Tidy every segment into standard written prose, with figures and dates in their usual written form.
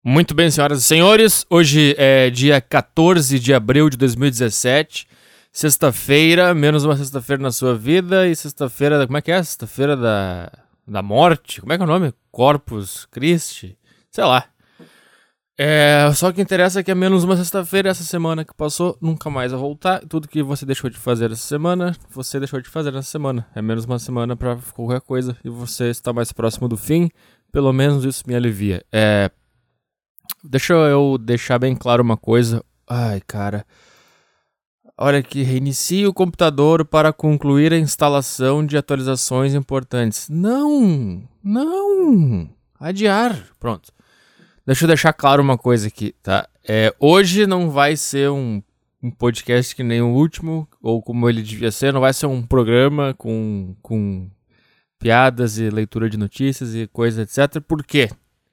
Muito bem, senhoras e senhores, hoje é dia 14 de abril de 2017, sexta-feira, menos uma sexta-feira na sua vida, e sexta-feira, como é que é? Sexta-feira da morte, como é que é o nome? Corpus Christi, sei lá. Só o que interessa é que é menos uma sexta-feira, essa semana que passou, nunca mais vai voltar. Tudo que você deixou de fazer essa semana, você deixou de fazer nessa semana. É menos uma semana pra qualquer coisa, e você está mais próximo do fim, pelo menos isso me alivia. Deixa eu deixar bem claro uma coisa. Ai, cara. Olha aqui, reinicie o computador para concluir a instalação de atualizações importantes. Não! Adiar. Pronto. Deixa eu deixar claro uma coisa aqui, tá? Hoje não vai ser um podcast que nem o último, ou como ele devia ser, não vai ser um programa com piadas e leitura de notícias e coisa, etc. Por quê?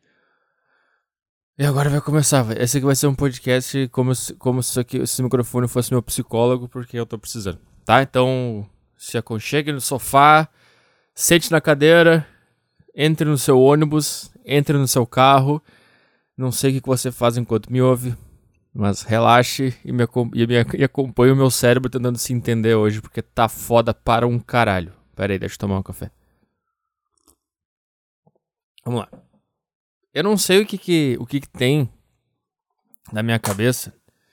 E agora vai começar. Esse aqui vai ser um podcast como se esse microfone fosse meu psicólogo, porque eu tô precisando, tá? Então, se aconchegue no sofá, sente na cadeira, entre no seu ônibus, entre no seu carro. Não sei o que você faz enquanto me ouve, mas relaxe e acompanhe o meu cérebro tentando se entender hoje, porque tá foda para um caralho. Pera aí, deixa eu tomar um café. Vamos lá. Eu não sei o que tem na minha cabeça.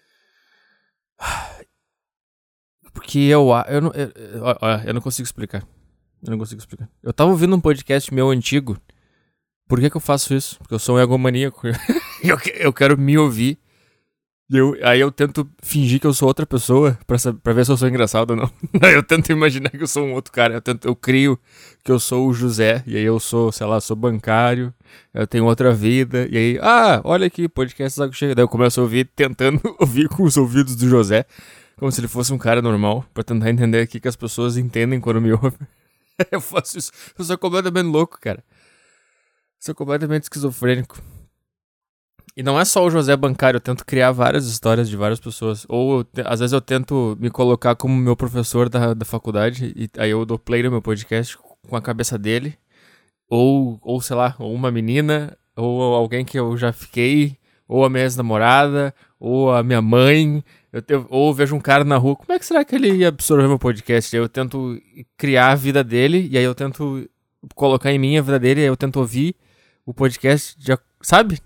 Porque eu não consigo explicar. Eu tava ouvindo um podcast meu antigo. Por que eu faço isso? Porque eu sou um egomaníaco. eu quero me ouvir. Aí eu tento fingir que eu sou outra pessoa pra ver se eu sou engraçado ou não. Eu tento imaginar que eu sou um outro cara. Eu crio que eu sou o José. E aí eu sou, sei lá, sou bancário. Eu tenho outra vida. E aí, olha aqui, podcast Saco Cheio. Daí eu começo a ouvir, tentando ouvir com os ouvidos do José. Como se ele fosse um cara normal. Pra tentar entender o que as pessoas entendem quando me ouvem. Eu faço isso. Eu sou completamente louco, cara. Sou completamente esquizofrênico. E não é só o José bancário, eu tento criar várias histórias de várias pessoas. Ou às vezes eu tento me colocar como meu professor da faculdade, e aí eu dou play no meu podcast com a cabeça dele. Ou sei lá, ou uma menina, ou alguém que eu já fiquei, ou a minha ex-namorada, ou a minha mãe. Ou eu vejo um cara na rua, como é que será que ele ia absorver meu podcast? Aí eu tento criar a vida dele, e aí eu tento colocar em mim a vida dele, e aí eu tento ouvir o podcast, sabe?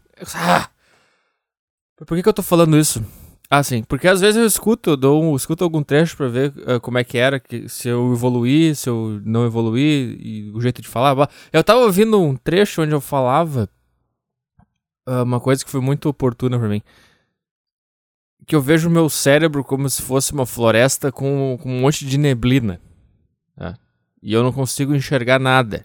Por que eu tô falando isso? Sim, porque às vezes eu escuto algum trecho pra ver como é que era, se eu evoluí, se eu não evoluí, e o jeito de falar. Eu tava ouvindo um trecho onde eu falava uma coisa que foi muito oportuna pra mim. Que eu vejo o meu cérebro como se fosse uma floresta com um monte de neblina. Tá? E eu não consigo enxergar nada.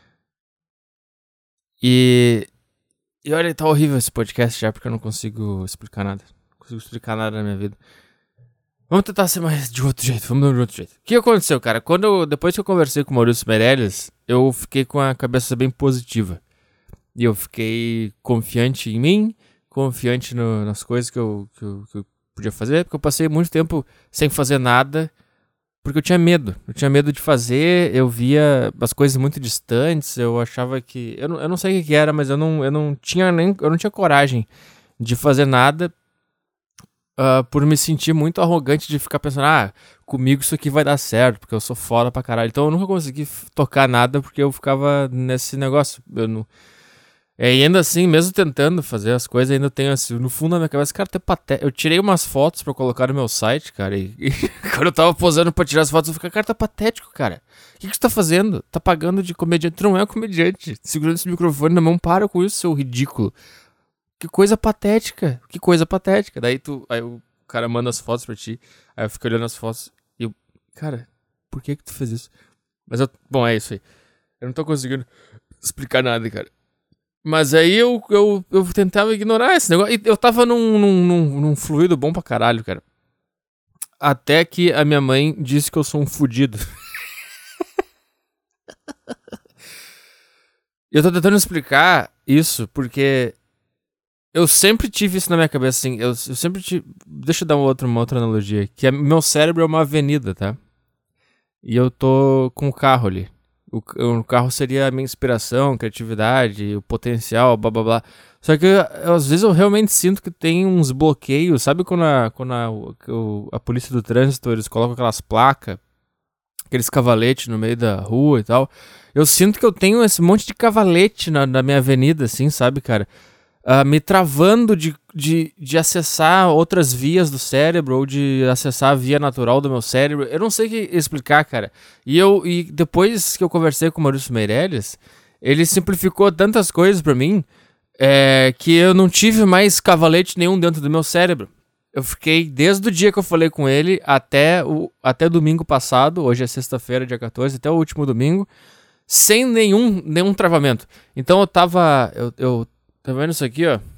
E olha, tá horrível esse podcast já, porque eu não consigo explicar nada. Não consigo explicar nada na minha vida. Vamos tentar ser mais de outro jeito. O que aconteceu, cara? Depois que eu conversei com o Maurício Meirelles, eu fiquei com a cabeça bem positiva. E eu fiquei confiante em mim, confiante nas coisas que eu podia fazer, porque eu passei muito tempo sem fazer nada, porque eu tinha medo. Eu tinha medo de fazer, eu via as coisas muito distantes, eu achava que... Eu não sei o que era, mas eu não tinha coragem de fazer nada por me sentir muito arrogante de ficar pensando, comigo isso aqui vai dar certo, porque eu sou foda pra caralho. Então eu nunca consegui tocar nada, porque eu ficava nesse negócio. E ainda assim, mesmo tentando fazer as coisas, ainda tenho assim, no fundo da minha cabeça, cara, até patético. Eu tirei umas fotos pra colocar no meu site, cara, e quando eu tava posando pra tirar as fotos, eu fiquei, cara, tá patético, cara. O que você tá fazendo? Tá pagando de comediante? Tu não é um comediante. Segurando esse microfone na mão, para com isso, seu ridículo. Que coisa patética. Daí o cara manda as fotos pra ti, aí eu fico olhando as fotos e eu, cara, por que tu fez isso? Mas bom, é isso aí. Eu não tô conseguindo explicar nada, cara. Mas aí eu tentava ignorar esse negócio. E eu tava num fluido bom pra caralho, cara. Até que a minha mãe disse que eu sou um fudido. Eu tô tentando explicar isso porque eu sempre tive isso na minha cabeça, assim. Eu sempre tive... Deixa eu dar uma outra analogia. Que meu cérebro é uma avenida, tá? E eu tô com o carro ali. O carro seria a minha inspiração, criatividade, o potencial, blá blá blá. Só que às vezes eu realmente sinto que tem uns bloqueios. Sabe quando a polícia do trânsito, eles colocam aquelas placas, aqueles cavaletes no meio da rua e tal. Eu sinto que eu tenho esse monte de cavalete na minha avenida, assim, sabe, cara? Me travando de acessar outras vias do cérebro ou de acessar a via natural do meu cérebro. Eu não sei o que explicar, cara. E depois que eu conversei com o Maurício Meirelles, ele simplificou tantas coisas pra mim que eu não tive mais cavalete nenhum dentro do meu cérebro. Eu fiquei, desde o dia que eu falei com ele até domingo passado, hoje é sexta-feira, dia 14, até o último domingo, sem nenhum travamento. Então eu tava... Tá vendo isso aqui, ó?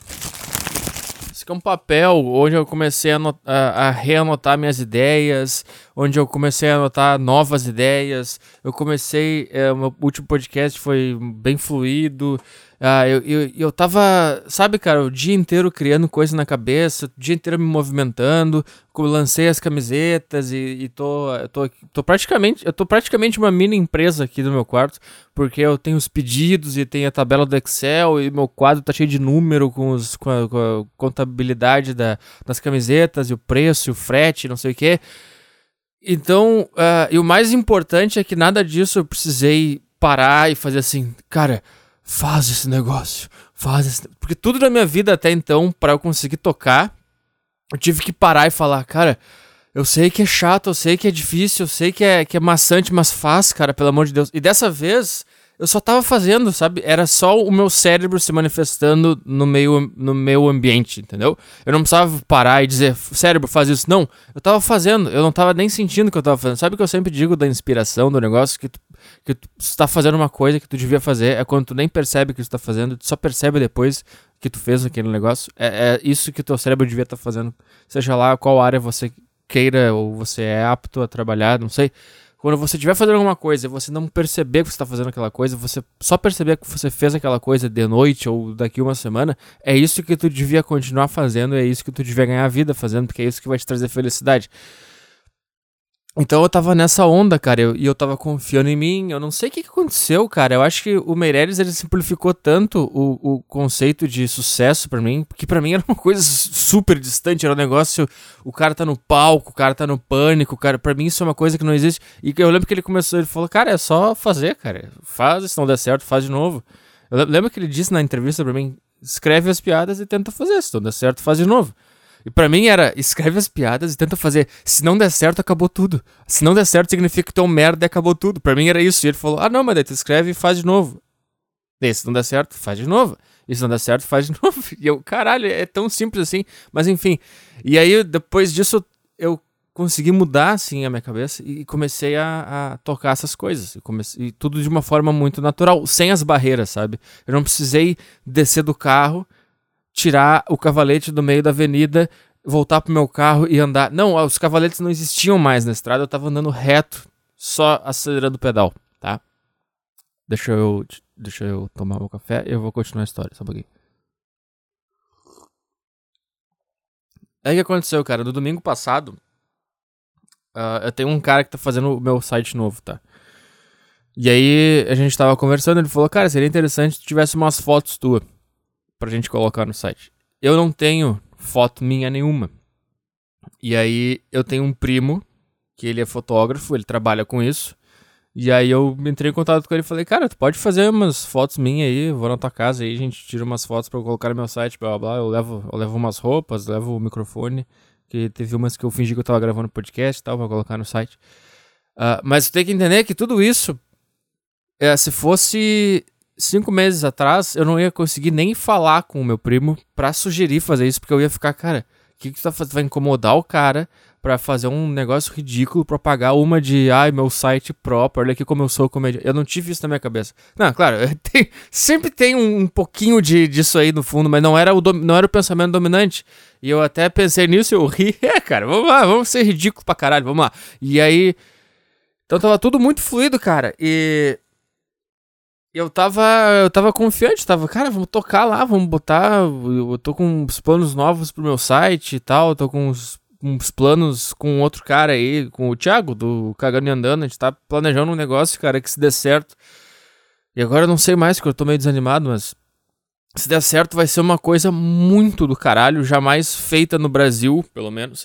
Isso aqui é um papel onde eu comecei a reanotar minhas ideias, onde eu comecei a anotar novas ideias. O meu último podcast foi bem fluido. Eu tava, sabe, cara, o dia inteiro criando coisa na cabeça, o dia inteiro me movimentando, lancei as camisetas e tô praticamente uma mini empresa aqui no meu quarto, porque eu tenho os pedidos e tenho a tabela do Excel e meu quadro tá cheio de número com a contabilidade das camisetas e o preço, e o frete, não sei o que. Então, e o mais importante é que nada disso eu precisei parar e fazer assim, cara, faz esse negócio, porque tudo na minha vida até então, pra eu conseguir tocar, eu tive que parar e falar, cara, eu sei que é chato, eu sei que é difícil, eu sei que é maçante, mas faz, cara, pelo amor de Deus. E dessa vez, eu só tava fazendo, sabe? Era só o meu cérebro se manifestando no meu ambiente, entendeu? Eu não precisava parar e dizer, cérebro, faz isso. Não, eu tava fazendo, eu não tava nem sentindo o que eu tava fazendo. Sabe o que eu sempre digo da inspiração, do negócio? Que tu tá fazendo uma coisa que tu devia fazer, é quando tu nem percebe que tu tá fazendo, tu só percebe depois que tu fez aquele negócio. É isso que teu cérebro devia estar fazendo, seja lá qual área você queira ou você é apto a trabalhar, não sei. Quando você estiver fazendo alguma coisa e você não perceber que você está fazendo aquela coisa, você só perceber que você fez aquela coisa de noite ou daqui uma semana, é isso que tu devia continuar fazendo, é isso que tu devia ganhar a vida fazendo, porque é isso que vai te trazer felicidade. Então eu tava nessa onda, cara, e eu tava confiando em mim, eu não sei o que aconteceu, cara, eu acho que o Meirelles, ele simplificou tanto o conceito de sucesso pra mim, que pra mim era uma coisa super distante, era um negócio, o cara tá no palco, o cara tá no pânico, cara, pra mim isso é uma coisa que não existe, e eu lembro que ele falou, cara, é só fazer, cara, faz, se não der certo, faz de novo. Eu lembro que ele disse na entrevista pra mim, escreve as piadas e tenta fazer, se não der certo, faz de novo. E pra mim era, escreve as piadas e tenta fazer. Se não der certo, acabou tudo. Se não der certo, significa que tu é um merda e acabou tudo. Pra mim era isso. E ele falou, não, mas daí tu escreve e faz de novo. E se não der certo, faz de novo. E se não der certo, faz de novo. E eu, caralho, é tão simples assim. Mas enfim. E aí, depois disso, eu consegui mudar, assim, a minha cabeça e comecei a tocar essas coisas. E tudo de uma forma muito natural, sem as barreiras, sabe? Eu não precisei descer do carro, tirar o cavalete do meio da avenida, voltar pro meu carro e andar. Não, os cavaletes não existiam mais na estrada, eu tava andando reto, só acelerando o pedal, tá? Deixa eu tomar meu café e eu vou continuar a história, só um pouquinho. Aí o que aconteceu, cara? No domingo passado, eu tenho um cara que tá fazendo o meu site novo, tá? E aí a gente tava conversando, ele falou, cara, seria interessante se tu tivesse umas fotos tuas pra gente colocar no site. Eu não tenho foto minha nenhuma. E aí eu tenho um primo, que ele é fotógrafo, ele trabalha com isso. E aí eu entrei em contato com ele e falei, cara, tu pode fazer umas fotos minhas aí, eu vou na tua casa aí, a gente tira umas fotos pra eu colocar no meu site, blá blá blá. Eu levo umas roupas, levo o microfone, que teve umas que eu fingi que eu tava gravando podcast e tal, pra colocar no site. Mas tu tem que entender que tudo isso, se fosse 5 meses atrás, eu não ia conseguir nem falar com o meu primo pra sugerir fazer isso, porque eu ia ficar, cara, o que tu tá fazendo? Vai incomodar o cara pra fazer um negócio ridículo, pra pagar uma de, meu site próprio, olha aqui como eu sou comediante. Eu não tive isso na minha cabeça. Não, claro, sempre tem um pouquinho disso aí no fundo, mas não era o pensamento dominante. E eu até pensei nisso e eu ri. Cara, vamos lá, vamos ser ridículo pra caralho, vamos lá. E aí, então tava tudo muito fluido, cara, e eu tava confiante, cara, vamos tocar lá, vamos botar, eu tô com uns planos novos pro meu site e tal, tô com uns planos com outro cara aí, com o Thiago, do Cagando e Andando, a gente tá planejando um negócio, cara, que se der certo. E agora eu não sei mais, porque eu tô meio desanimado, mas se der certo, vai ser uma coisa muito do caralho, jamais feita no Brasil, pelo menos.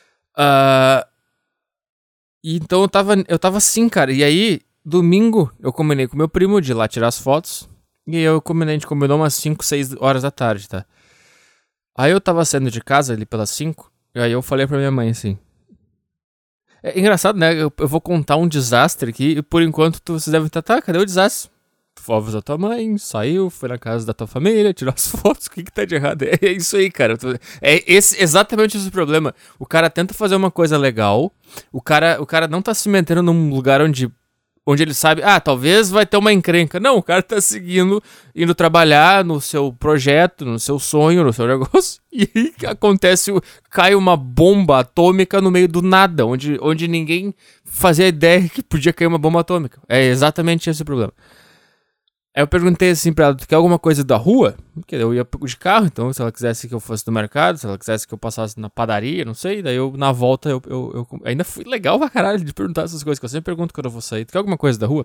E então eu tava assim, cara. E aí, domingo, eu combinei com meu primo de ir lá tirar as fotos. E aí a gente combinou umas 5, 6 horas da tarde, tá? Aí eu tava saindo de casa ali pelas 5. E aí eu falei pra minha mãe assim. É engraçado, né? Eu vou contar um desastre aqui. E por enquanto vocês devem estar, tá, cadê o desastre? Tu avisou tua mãe, saiu, foi na casa da tua família, tirou as fotos. O que tá de errado? É isso aí, cara. Exatamente esse o problema. O cara tenta fazer uma coisa legal. O cara não tá se metendo num lugar onde ele sabe, talvez vai ter uma encrenca. Não, o cara tá seguindo, indo trabalhar no seu projeto, no seu sonho, no seu negócio. E aí cai uma bomba atômica no meio do nada, onde ninguém fazia ideia que podia cair uma bomba atômica. É exatamente esse o problema. Aí eu perguntei assim pra ela, tu quer alguma coisa da rua? Porque eu ia de carro, então se ela quisesse que eu fosse do mercado, se ela quisesse que eu passasse na padaria, não sei. Daí na volta eu ainda fui legal pra caralho de perguntar essas coisas, que eu sempre pergunto quando eu vou sair. Tu quer alguma coisa da rua?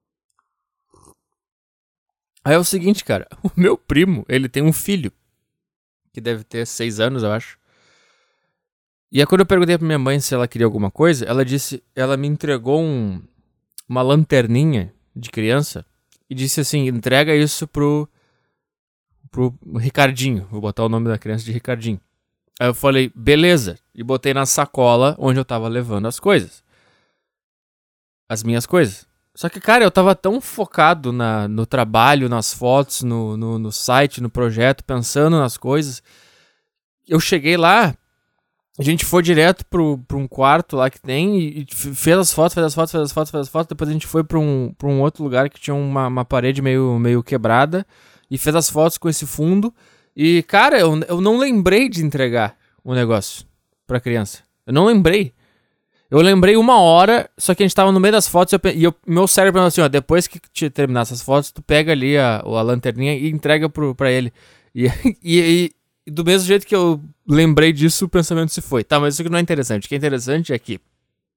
Aí é o seguinte, cara, o meu primo, ele tem um filho, que deve ter 6 anos, eu acho. E aí quando eu perguntei pra minha mãe se ela queria alguma coisa, ela me entregou uma lanterninha de criança, e disse assim, entrega isso pro Ricardinho. Vou botar o nome da criança de Ricardinho. Aí eu falei, beleza. E botei na sacola onde eu tava levando as coisas. As minhas coisas. Só que, cara, eu tava tão focado no trabalho, nas fotos, no site, no projeto, pensando nas coisas. Eu cheguei lá, a gente foi direto pra um quarto lá que tem e fez as fotos. Depois a gente foi pra um outro lugar que tinha uma parede meio quebrada e fez as fotos com esse fundo. E, cara, eu não lembrei de entregar o negócio pra criança. Eu não lembrei. Eu lembrei 1 hora, só que a gente tava no meio das fotos meu cérebro falou assim, ó, depois que terminar essas fotos, tu pega ali a lanterninha e entrega pra ele. E do mesmo jeito que eu lembrei disso, o pensamento se foi. Tá, mas isso aqui não é interessante. O que é interessante é que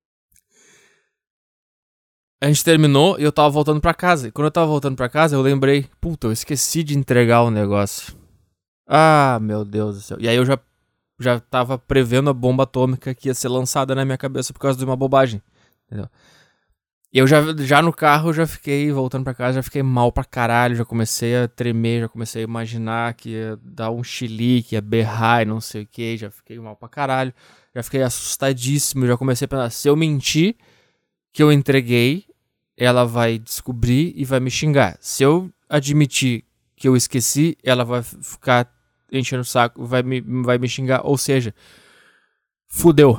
a gente terminou e eu tava voltando pra casa. E quando eu tava voltando pra casa, eu lembrei, puta, eu esqueci de entregar o negócio. Ah, meu Deus do céu. E aí eu já tava prevendo a bomba atômica que ia ser lançada na minha cabeça por causa de uma bobagem. Entendeu? E eu já no carro, já fiquei, voltando pra casa, já fiquei mal pra caralho, já comecei a tremer, já comecei a imaginar que ia dar um chilique, ia berrar e não sei o que, já fiquei mal pra caralho, já fiquei assustadíssimo, já comecei a pensar, se eu mentir que eu entreguei, ela vai descobrir e vai me xingar. Se eu admitir que eu esqueci, ela vai ficar enchendo o saco, vai me xingar, ou seja, fudeu.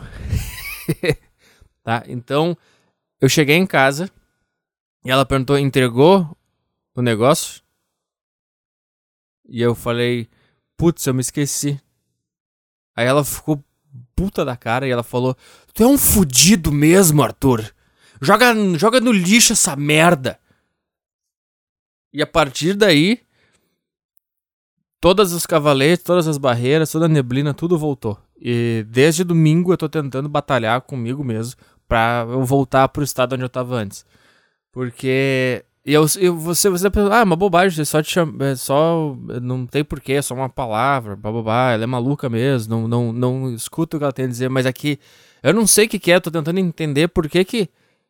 Tá, então... Eu cheguei em casa e ela perguntou, entregou o negócio? E eu falei, putz, eu me esqueci. Aí ela ficou puta da cara e ela falou, tu é um fudido mesmo, Arthur. Joga no lixo essa merda. E a partir daí, todos os cavaletes, todas as barreiras, toda a neblina, tudo voltou. E desde domingo eu tô tentando batalhar comigo mesmo pra eu voltar pro estado onde eu tava antes. Porque você pensa, uma bobagem, só te chama, só não tem porquê, é só uma palavra, bababá, ela é maluca mesmo, não escuta o que ela tem a dizer, mas aqui eu não sei o que é, eu tô tentando entender por que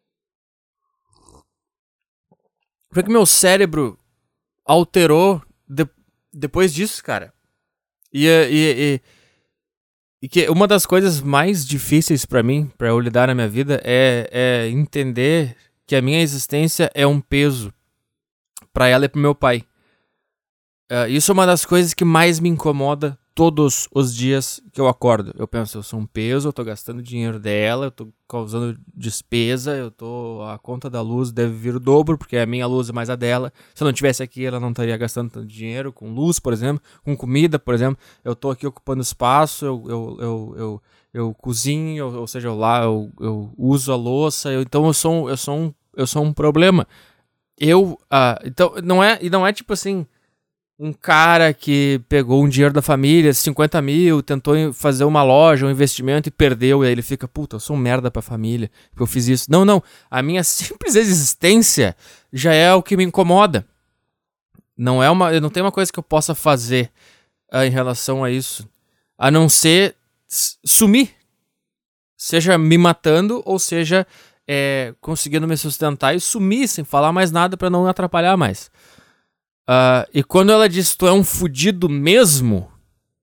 meu cérebro alterou depois disso, cara. E que uma das coisas mais difíceis pra mim, pra eu lidar na minha vida, é entender que a minha existência é um peso pra ela e pro meu pai. Isso é uma das coisas que mais me incomoda todos os dias que eu acordo. Eu penso, eu sou um peso, eu tô gastando dinheiro dela, eu tô causando despesa, a conta da luz deve vir o dobro, porque a minha luz é mais a dela. Se eu não tivesse aqui, ela não estaria gastando tanto dinheiro com luz, por exemplo, com comida, por exemplo. Eu tô aqui ocupando espaço, eu cozinho, ou seja, eu uso a louça, então eu sou um problema. Então, não é tipo assim, um cara que pegou um dinheiro da família, 50 mil, tentou fazer uma loja, um investimento e perdeu, e aí ele fica, puta, eu sou um merda pra família, porque eu fiz isso. Não, a minha simples existência já é o que me incomoda, não tem uma coisa que eu possa fazer em relação a isso, a não ser sumir. Seja me matando, ou seja, conseguindo me sustentar e sumir sem falar mais nada pra não atrapalhar mais. E quando ela diz, tu é um fudido mesmo,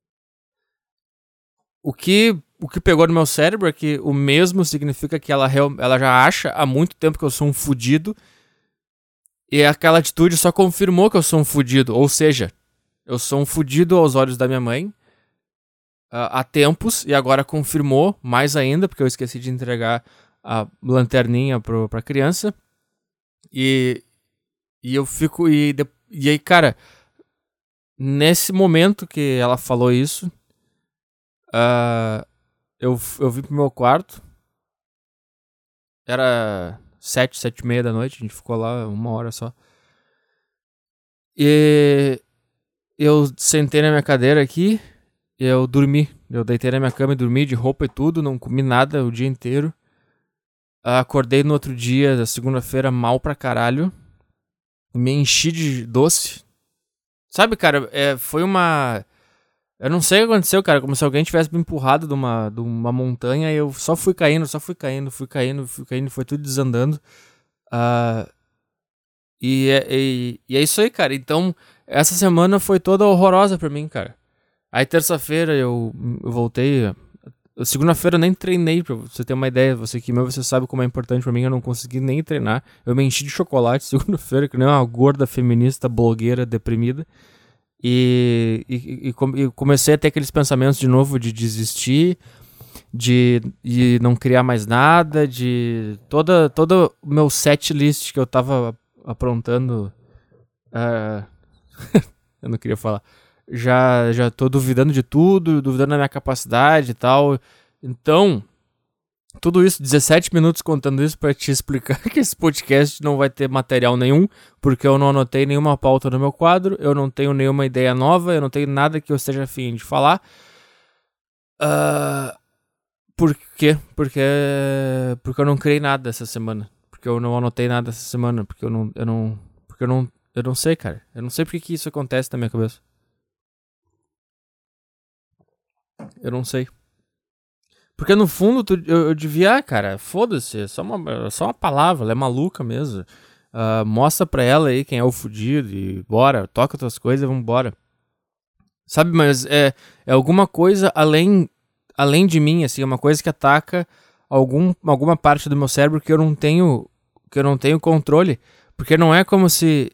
o que pegou no meu cérebro é que o mesmo significa que ela já acha há muito tempo que eu sou um fudido, e aquela atitude só confirmou que eu sou um fudido. Ou seja, eu sou um fudido aos olhos da minha mãe há tempos, e agora confirmou mais ainda, porque eu esqueci de entregar a lanterninha pra criança. E eu fico... E aí, cara, nesse momento que ela falou isso, eu vim pro meu quarto. Era 7h30 da noite, a gente ficou lá 1 hora só. E eu sentei na minha cadeira aqui, e eu dormi. Eu deitei na minha cama e dormi de roupa e tudo, não comi nada o dia inteiro. Acordei no outro dia, da segunda-feira, mal pra caralho. Me enchi de doce. Sabe, cara, foi uma... Eu não sei o que aconteceu, cara, como se alguém tivesse me empurrado de uma montanha, e eu só fui caindo, fui caindo, foi tudo desandando. E é isso aí, cara. Então, essa semana foi toda horrorosa pra mim, cara. Aí terça-feira eu voltei. Segunda-feira eu nem treinei, pra você ter uma ideia. Você sabe como é importante pra mim, eu não consegui nem treinar. Eu me enchi de chocolate segunda-feira, que nem uma gorda feminista, blogueira, deprimida. E comecei a ter aqueles pensamentos de novo de desistir, de não criar mais nada, de todo o meu set list que eu tava aprontando. Eu não queria falar. Já tô duvidando de tudo, duvidando da minha capacidade e tal. Então, tudo isso, 17 minutos contando isso pra te explicar que esse podcast não vai ter material nenhum, porque eu não anotei nenhuma pauta no meu quadro, eu não tenho nenhuma ideia nova, eu não tenho nada que eu esteja afim de falar. Por quê? Porque eu não criei nada essa semana. Porque eu não anotei nada essa semana. Porque eu não sei, cara. Eu não sei porque que isso acontece na minha cabeça. Eu não sei. Porque no fundo eu devia, cara, foda-se, é só uma palavra, ela é maluca mesmo. Mostra pra ela aí quem é o fudido e bora, toca outras coisas e vambora. Sabe, mas é alguma coisa além de mim, assim, é uma coisa que ataca alguma parte do meu cérebro que eu não tenho controle. Porque não é como se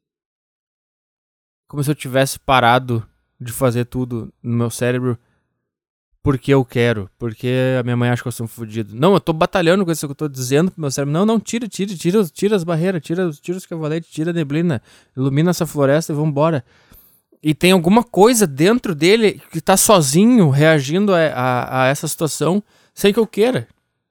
eu tivesse parado de fazer tudo no meu cérebro porque eu quero, porque a minha mãe acha que eu sou um fudido. Não, eu tô batalhando com isso que eu tô dizendo pro meu cérebro. Não, tira as barreiras, tira os cavaletes, tira a neblina, ilumina essa floresta e vambora. E tem alguma coisa dentro dele que tá sozinho reagindo a essa situação sem que eu queira.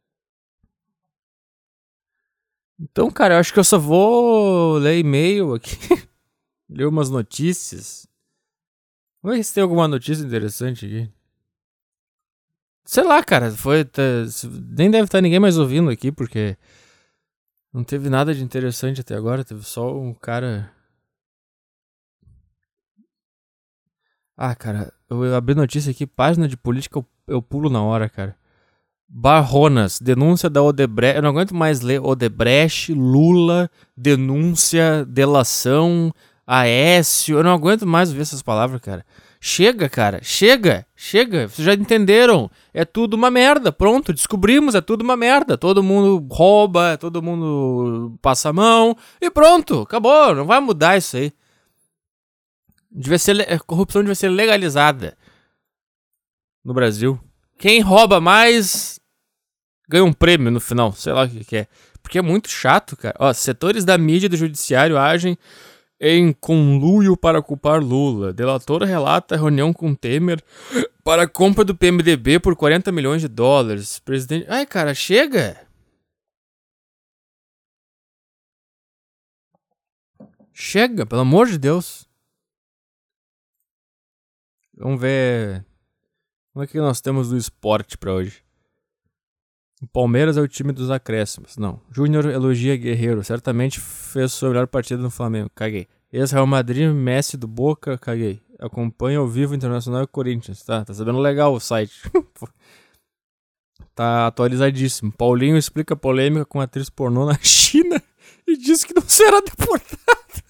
Então, cara, eu acho que eu só vou ler e-mail aqui, ler umas notícias. Vamos ver se tem alguma notícia interessante aqui. Sei lá, cara, nem deve estar ninguém mais ouvindo aqui, porque não teve nada de interessante até agora, teve só um cara... cara, eu abri notícia aqui, página de política, eu pulo na hora, cara. Barronas, denúncia da Odebrecht, eu não aguento mais ler Odebrecht, Lula, denúncia, delação, Aécio, eu não aguento mais ver essas palavras, cara. Chega, cara, chega, vocês já entenderam, é tudo uma merda, pronto, descobrimos, é tudo uma merda, todo mundo rouba, todo mundo passa a mão, e pronto, acabou, não vai mudar isso aí. Corrupção devia ser legalizada no Brasil. Quem rouba mais ganha um prêmio no final, sei lá o que é. Porque é muito chato, cara. Ó, setores da mídia e do judiciário agem em conluio para culpar Lula. Delator relata reunião com Temer para a compra do PMDB por 40 milhões de dólares. Presidente... Ai, cara, chega! Chega, pelo amor de Deus. Vamos ver... Como é que nós temos do esporte pra hoje? O Palmeiras é o time dos acréscimos. Não. Júnior elogia Guerreiro. Certamente fez sua melhor partida no Flamengo. Caguei. Ex-Real Madrid, Messi do Boca, caguei. Acompanha ao vivo Internacional e Corinthians. Tá sabendo legal o site. Tá atualizadíssimo. Paulinho explica polêmica com atriz pornô na China e diz que não será deportado.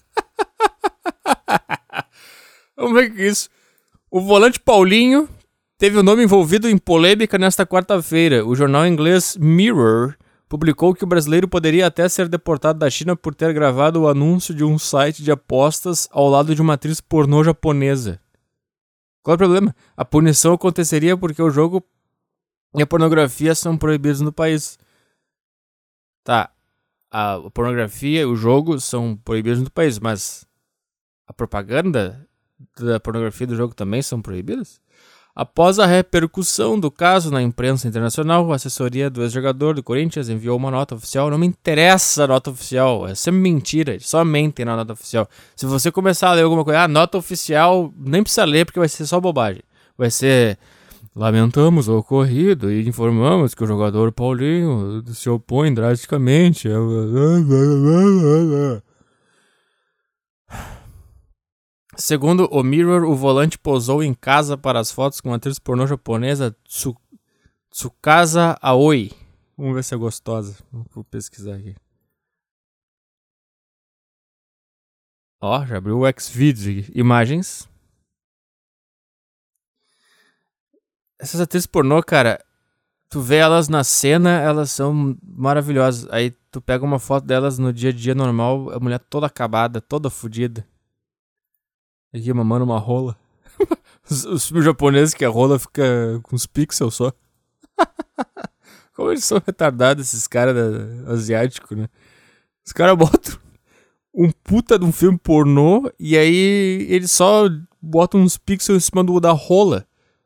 Vamos ver o que é isso. O volante Paulinho teve o nome envolvido em polêmica nesta quarta-feira. O jornal inglês Mirror publicou que o brasileiro poderia até ser deportado da China por ter gravado o anúncio de um site de apostas ao lado de uma atriz pornô japonesa. Qual é o problema? A punição aconteceria porque o jogo e a pornografia são proibidos no país. Tá, a pornografia e o jogo são proibidos no país, mas a propaganda da pornografia do jogo também são proibidas? Após a repercussão do caso na imprensa internacional, a assessoria do ex-jogador do Corinthians enviou uma nota oficial. Não me interessa a nota oficial, é sempre mentira, só mentem na nota oficial. Se você começar a ler alguma coisa, nota oficial, nem precisa ler porque vai ser só bobagem. Vai ser: lamentamos o ocorrido e informamos que o jogador Paulinho se opõe drasticamente. Segundo o Mirror, o volante posou em casa para as fotos com a atriz pornô japonesa Tsukasa Aoi. Vamos ver se é gostosa. Vou pesquisar aqui. Ó, já abriu o Xvideos aqui. Imagens. Essas atrizes pornô, cara, tu vê elas na cena, elas são maravilhosas. Aí tu pega uma foto delas no dia a dia normal, a mulher toda acabada, toda fodida. Aqui, mamando uma rola. Os filmes japoneses que a rola fica com uns pixels só. Como eles são retardados, esses caras asiáticos, né? Os caras botam um puta de um filme pornô e aí eles só botam uns pixels em cima da rola.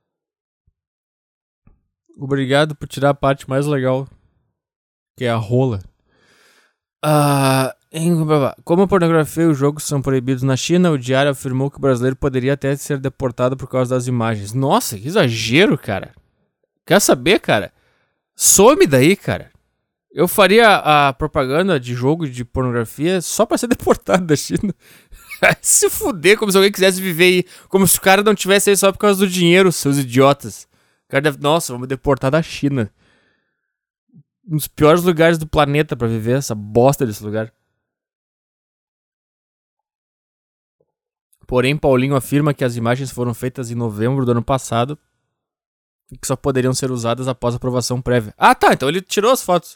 Obrigado por tirar a parte mais legal, que é a rola. Como a pornografia e o jogo são proibidos na China, o diário afirmou que o brasileiro poderia até ser deportado por causa das imagens. Nossa, que exagero, cara. Quer saber, cara? Some daí, cara. Eu faria a propaganda de jogo de pornografia só pra ser deportado da China. Se fuder, como se alguém quisesse viver aí. Como se o cara não tivesse aí só por causa do dinheiro, seus idiotas. O cara deve... Nossa, vamos deportar da China. Um dos piores lugares do planeta pra viver, essa bosta desse lugar. Porém, Paulinho afirma que as imagens foram feitas em novembro do ano passado e que só poderiam ser usadas após aprovação prévia. Ah, tá, então ele tirou as fotos.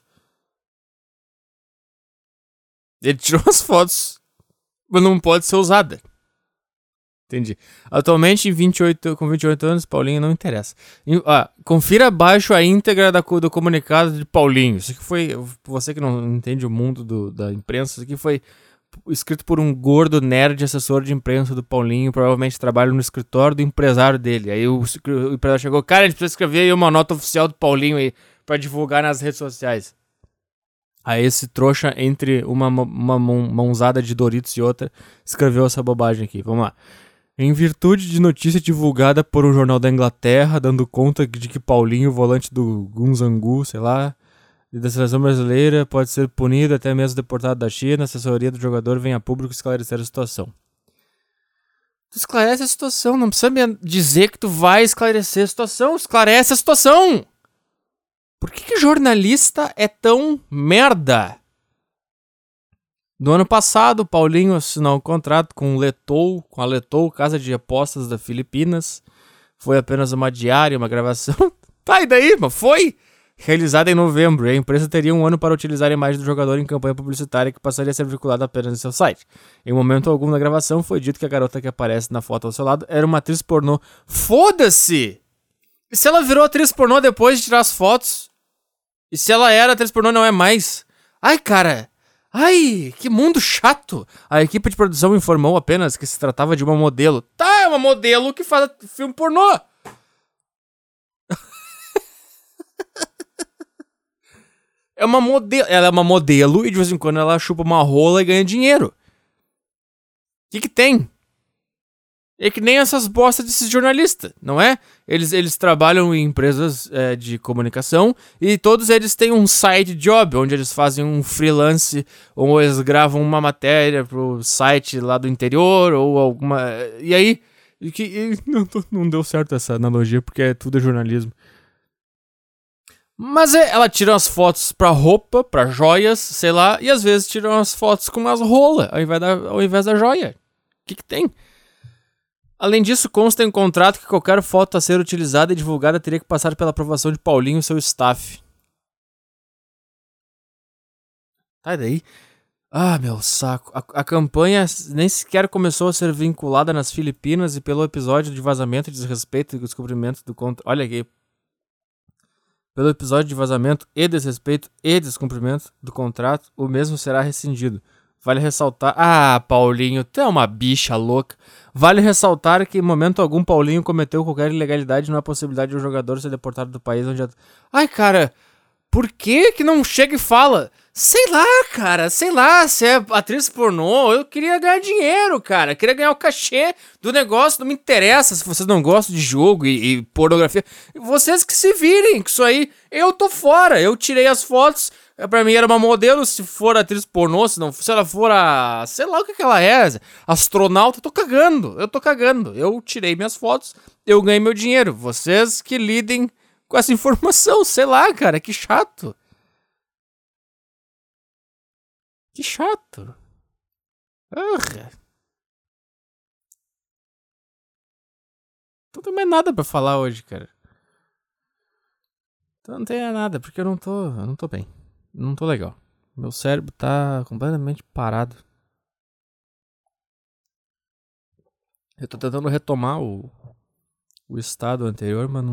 Ele tirou as fotos, mas não pode ser usada. Entendi. Atualmente, com 28 anos, Paulinho não interessa. Confira abaixo a íntegra do comunicado de Paulinho. Isso aqui foi, você que não entende o mundo da imprensa, isso aqui foi escrito por um gordo nerd assessor de imprensa do Paulinho, provavelmente trabalha no escritório do empresário dele. Aí o empresário chegou: cara, a gente precisa escrever aí uma nota oficial do Paulinho aí pra divulgar nas redes sociais. Aí esse trouxa, entre uma mãozada de Doritos e outra, escreveu essa bobagem aqui. Vamos lá. Em virtude de notícia divulgada por um jornal da Inglaterra, dando conta de que Paulinho, volante do Gunzangu, sei lá, da seleção brasileira, pode ser punido, até mesmo deportado da China, a assessoria do jogador vem a público esclarecer a situação. Tu esclarece a situação, não precisa me dizer que tu vai esclarecer a situação, esclarece a situação! Por que jornalista é tão merda? No ano passado, Paulinho assinou um contrato com a Letou, casa de apostas da Filipinas. Foi apenas uma diária, uma gravação. Tá, e daí? Mas foi realizada em novembro. E a empresa teria um ano para utilizar a imagem do jogador em campanha publicitária que passaria a ser vinculada apenas em seu site. Em momento algum da gravação, foi dito que a garota que aparece na foto ao seu lado era uma atriz pornô. Foda-se! E se ela virou atriz pornô depois de tirar as fotos? E se ela era atriz pornô, não é mais? Ai, cara... Ai, que mundo chato! A equipe de produção informou apenas que se tratava de uma modelo. Tá, é uma modelo que faz filme pornô! Ela é uma modelo e de vez em quando ela chupa uma rola e ganha dinheiro. O que tem? É que nem essas bostas desses jornalistas, não é? Eles trabalham em empresas de comunicação e todos eles têm um side job, onde eles fazem um freelance, ou eles gravam uma matéria pro site lá do interior, ou alguma... E aí... não deu certo essa analogia, porque tudo é jornalismo. Mas ela tira as fotos pra roupa, pra joias, sei lá, e às vezes tiram as fotos com umas rolas, ao invés da joia. O que tem? Além disso, consta em contrato que qualquer foto a ser utilizada e divulgada teria que passar pela aprovação de Paulinho e seu staff. Sai daí. Ah, meu saco. A campanha nem sequer começou a ser vinculada nas Filipinas e pelo episódio de vazamento, desrespeito e descumprimento do contrato... Olha aqui. Pelo episódio de vazamento e desrespeito e descumprimento do contrato, o mesmo será rescindido. Vale ressaltar... Ah, Paulinho, tu é uma bicha louca. Vale ressaltar que em momento algum Paulinho cometeu qualquer ilegalidade na possibilidade de um jogador ser deportado do país onde... Ai, cara, por que não chega e fala? Sei lá, cara, sei lá, se é atriz pornô, eu queria ganhar dinheiro, cara. Queria ganhar o cachê do negócio, não me interessa se vocês não gostam de jogo e pornografia. Vocês que se virem, que isso aí, eu tô fora. Eu tirei as fotos... Pra mim era uma modelo, se for atriz pornô, se ela for a... Sei lá o que ela é, astronauta, eu tô cagando. Eu tirei minhas fotos, eu ganhei meu dinheiro. Vocês que lidem com essa informação, sei lá, cara, que chato. Que chato. Não tem mais nada pra falar hoje, cara. Então não tem nada, porque eu não tô bem. Não tô legal. Meu cérebro tá completamente parado. Eu tô tentando retomar o estado anterior, mas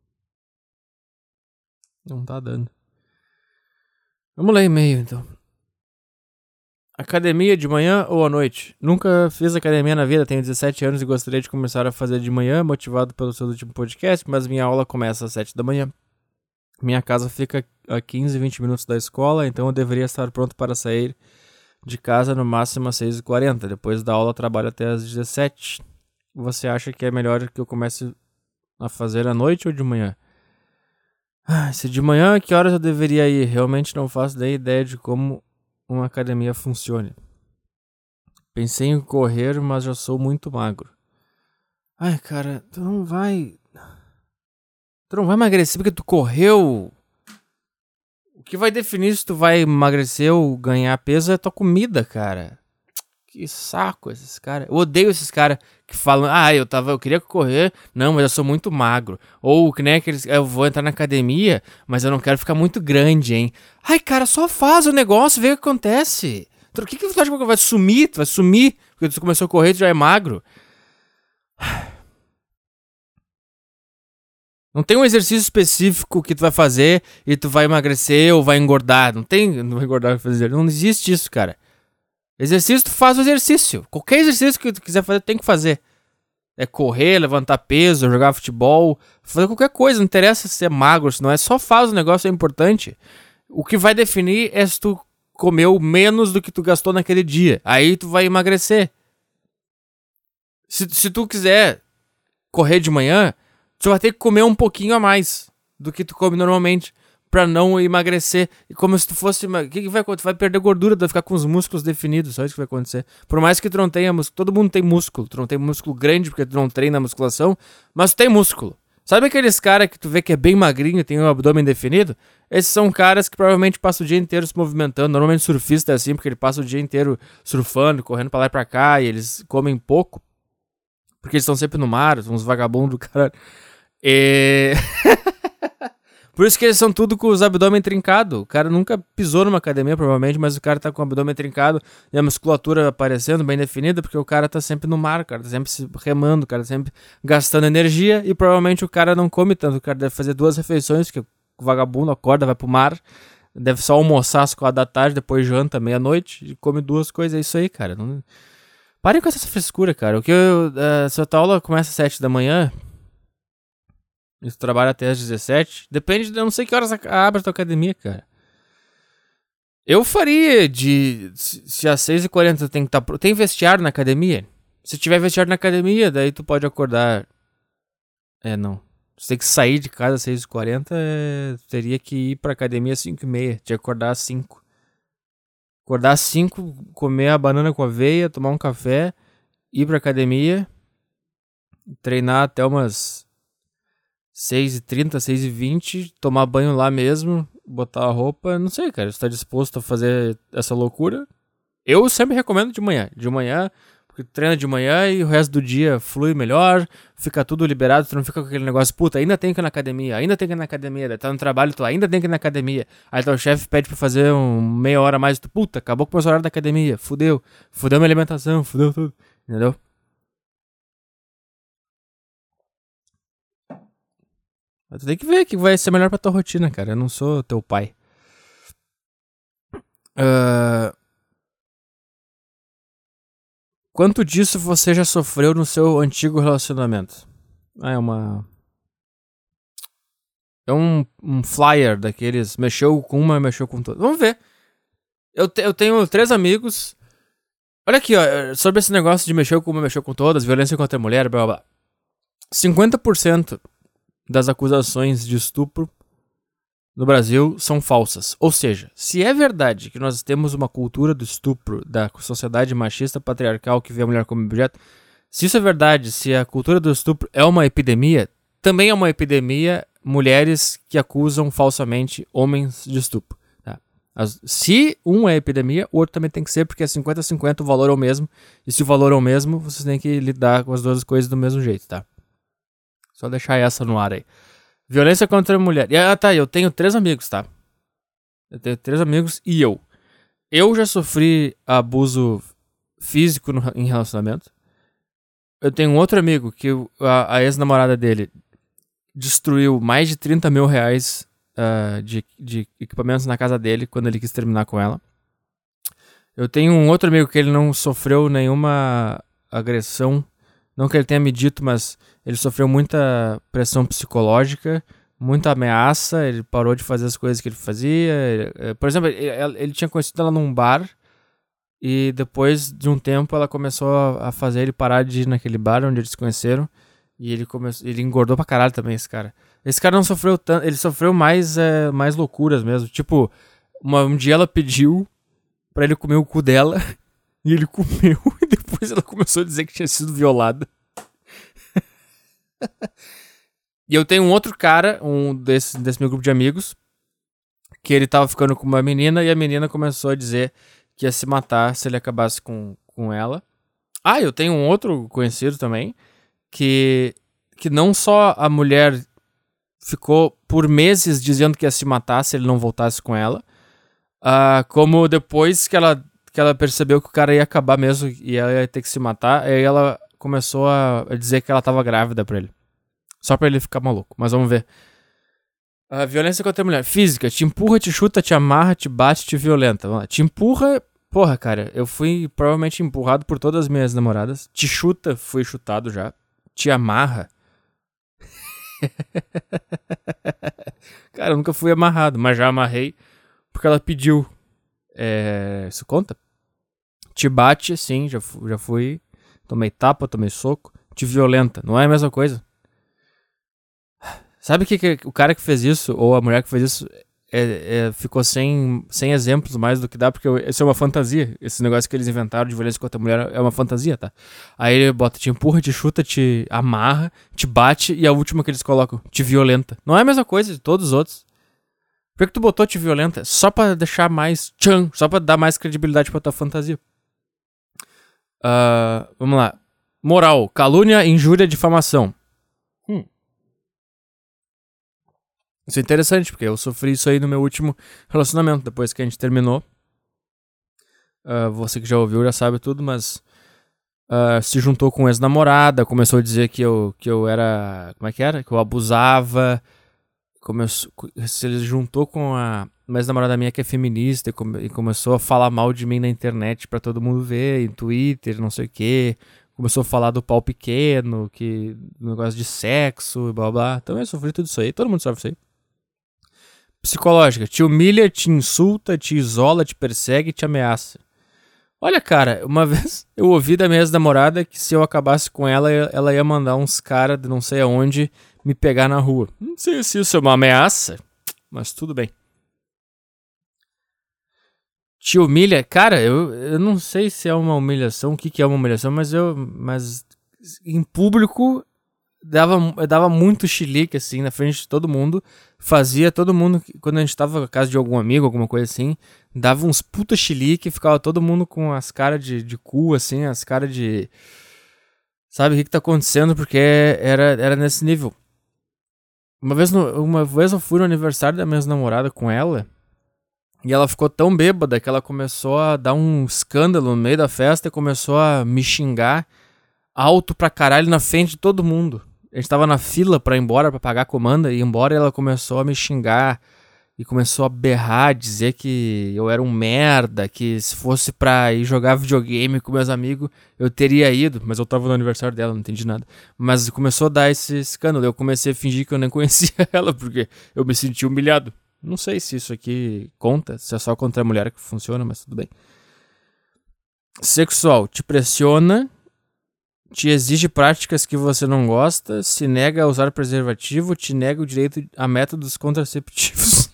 não tá dando. Vamos ler e-mail, então. Academia de manhã ou à noite? Nunca fiz academia na vida, tenho 17 anos e gostaria de começar a fazer de manhã, motivado pelo seu último podcast, mas minha aula começa às 7 da manhã. Minha casa fica a 15, 20 minutos da escola, então eu deveria estar pronto para sair de casa no máximo às 6h40. Depois da aula eu trabalho até às 17. Você acha que é melhor que eu comece a fazer à noite ou de manhã? Se de manhã, que horas eu deveria ir? Realmente não faço nem ideia de como uma academia funcione. Pensei em correr, mas já sou muito magro. Ai, cara, tu não vai emagrecer porque tu correu. O que vai definir se tu vai emagrecer ou ganhar peso é tua comida, cara. Que saco esses caras. Eu odeio esses caras que falam, eu queria correr, não, mas eu sou muito magro. Ou que nem aqueles, eu vou entrar na academia, mas eu não quero ficar muito grande, hein. Ai, cara, só faz o negócio, vê o que acontece. O que tu acha que vai sumir? Tu vai sumir porque tu começou a correr e tu já é magro. Não tem um exercício específico que tu vai fazer e tu vai emagrecer ou vai engordar. Não vai engordar, vai fazer. Não existe isso, cara. Exercício, tu faz o exercício. Qualquer exercício que tu quiser fazer, tem que fazer. É correr, levantar peso, jogar futebol, fazer qualquer coisa. Não interessa se é magro, se não é. Só faz o negócio, é importante. O que vai definir é se tu comeu menos do que tu gastou naquele dia. Aí tu vai emagrecer. Se tu quiser correr de manhã, tu vai ter que comer um pouquinho a mais do que tu come normalmente pra não emagrecer. E como se tu fosse... O que vai acontecer? Tu vai perder gordura, tu vai ficar com os músculos definidos. Só isso que vai acontecer. Por mais que tu não tenha músculo... Todo mundo tem músculo. Tu não tem músculo grande porque tu não treina a musculação, mas tu tem músculo. Sabe aqueles caras que tu vê que é bem magrinho e tem o abdômen definido? Esses são caras que provavelmente passam o dia inteiro se movimentando. Normalmente surfista é assim, porque ele passa o dia inteiro surfando, correndo pra lá e pra cá, e eles comem pouco. Porque eles estão sempre no mar, uns vagabundos do caralho. Por isso que eles são tudo com os abdômen trincado. O cara nunca pisou numa academia, provavelmente, mas o cara tá com o abdômen trincado e a musculatura aparecendo bem definida, porque o cara tá sempre no mar, o cara tá sempre se remando, o cara tá sempre gastando energia e provavelmente o cara não come tanto. O cara deve fazer 2 refeições, porque o vagabundo acorda, vai pro mar, deve só almoçar às 4 da tarde, depois janta meia-noite e come 2 coisas. É isso aí, cara. Não... Parem com essa frescura, cara. Se a tua aula começa às 7 da manhã... E tu trabalha até às 17. Depende de eu não sei que horas abre a tua academia, cara. Eu faria se às 6h40 tem que estar... Tem vestiário na academia? Se tiver vestiário na academia, daí tu pode acordar... não. Você tem que sair de casa às 6h40, teria que ir pra academia às 5h30. Tinha que acordar às 5. Acordar às 5, comer a banana com aveia, tomar um café, ir pra academia, treinar até umas 6h30, 6h20, tomar banho lá mesmo, botar a roupa. Não sei, cara, você tá disposto a fazer essa loucura? Eu sempre recomendo de manhã. De manhã... Porque tu treina de manhã e o resto do dia flui melhor, fica tudo liberado, tu não fica com aquele negócio, puta, ainda tem que ir na academia, daí tá no trabalho, tu ainda tem que ir na academia, aí teu chefe pede pra fazer meia hora a mais, tu, puta, acabou com o horário da academia, fudeu minha alimentação, fudeu tudo, entendeu? Mas tu tem que ver o que vai ser melhor pra tua rotina, cara, eu não sou teu pai. Quanto disso você já sofreu no seu antigo relacionamento? É um flyer daqueles. Mexeu com uma, mexeu com todas. Vamos ver. Eu tenho 3 amigos. Olha aqui, ó. Sobre esse negócio de mexeu com uma, mexeu com todas, violência contra a mulher, blá blá blá. 50% das acusações de estupro no Brasil são falsas. Ou seja, se é verdade que nós temos uma cultura do estupro da sociedade machista patriarcal que vê a mulher como objeto, se isso é verdade, se a cultura do estupro é uma epidemia, também é uma epidemia mulheres que acusam falsamente homens de estupro. Tá? Se um é epidemia, o outro também tem que ser, porque é 50-50, o valor é o mesmo. E se o valor é o mesmo, vocês têm que lidar com as duas coisas do mesmo jeito, tá? Só deixar essa no ar aí. Violência contra a mulher. Eu tenho 3 amigos, tá? Eu tenho 3 amigos e eu. Eu já sofri abuso físico em relacionamento. Eu tenho um outro amigo que a ex-namorada dele destruiu mais de 30 mil reais de equipamentos na casa dele quando ele quis terminar com ela. Eu tenho um outro amigo que ele não sofreu nenhuma agressão. Não que ele tenha me dito, mas ele sofreu muita pressão psicológica, muita ameaça, ele parou de fazer as coisas que ele fazia. Por exemplo, ele tinha conhecido ela num bar e depois de um tempo ela começou a fazer ele parar de ir naquele bar onde eles se conheceram e ele engordou pra caralho também, esse cara. Esse cara não sofreu tanto, ele sofreu mais loucuras mesmo. Tipo, um dia ela pediu pra ele comer o cu dela e ele comeu e depois ela começou a dizer que tinha sido violada. E eu tenho um outro cara, desse meu grupo de amigos, que ele tava ficando com uma menina e a menina começou a dizer que ia se matar se ele acabasse com ela. Eu tenho um outro conhecido também, que não só a mulher ficou por meses dizendo que ia se matar se ele não voltasse com ela, como depois que ela percebeu que o cara ia acabar mesmo e ela ia ter que se matar, aí ela começou a dizer que ela tava grávida pra ele. Só pra ele ficar maluco, mas vamos ver. Violência contra a mulher. Física, te empurra, te chuta, te amarra, te bate, te violenta. Vamos lá. Te empurra, porra, cara, eu fui provavelmente empurrado por todas as minhas namoradas. Te chuta, fui chutado já. Te amarra. Cara, eu nunca fui amarrado, mas já amarrei porque ela pediu. Isso conta? Te bate, sim, já fui. Tomei tapa, tomei soco. Te violenta, não é a mesma coisa? Sabe que o cara que fez isso, ou a mulher que fez isso, ficou sem exemplos mais do que dá, porque isso é uma fantasia. Esse negócio que eles inventaram de violência contra a mulher é uma fantasia, tá? Aí ele bota, te empurra, te chuta, te amarra, te bate, e a última que eles colocam, te violenta. Não é a mesma coisa de todos os outros. Por que tu botou te violenta? Só pra deixar mais só pra dar mais credibilidade pra tua fantasia. Vamos lá. Moral, calúnia, injúria, difamação. Isso é interessante, porque eu sofri isso aí no meu último relacionamento, depois que a gente terminou. Você que já ouviu já sabe tudo, mas se juntou com ex-namorada, começou a dizer que eu era... Como é que era? Que eu abusava. Se juntou com uma ex-namorada minha que é feminista e começou a falar mal de mim na internet pra todo mundo ver, em Twitter, não sei o quê. Começou a falar do pau pequeno, negócio de sexo, blá blá. Então eu sofri tudo isso aí, todo mundo sofre isso aí. Psicológica, te humilha, te insulta, te isola, te persegue, te ameaça. Olha, cara, uma vez eu ouvi da minha ex-namorada que se eu acabasse com ela, ela ia mandar uns caras de não sei aonde me pegar na rua. Não sei se isso é uma ameaça, mas tudo bem. Te humilha? Cara, eu não sei se é uma humilhação, o que é uma humilhação, mas em público eu dava muito chilique, assim, na frente de todo mundo. Fazia todo mundo, quando a gente tava na casa de algum amigo, alguma coisa assim, dava uns puta chilique, ficava todo mundo com as caras de cu, assim, as caras de... Sabe o que tá acontecendo? Porque era nesse nível. Uma vez eu fui no aniversário da minha namorada com ela, e ela ficou tão bêbada que ela começou a dar um escândalo no meio da festa e começou a me xingar alto pra caralho na frente de todo mundo. A gente tava na fila pra ir embora, pra pagar a comanda, e ir embora, e ela começou a me xingar e começou a berrar, dizer que eu era um merda, que se fosse pra ir jogar videogame com meus amigos, eu teria ido, mas eu tava no aniversário dela, não entendi nada. Mas começou a dar esse escândalo, eu comecei a fingir que eu nem conhecia ela, porque eu me senti humilhado. Não sei se isso aqui conta, se é só contra a mulher que funciona, mas tudo bem. Sexual, te pressiona, te exige práticas que você não gosta, se nega a usar preservativo, te nega o direito a métodos contraceptivos.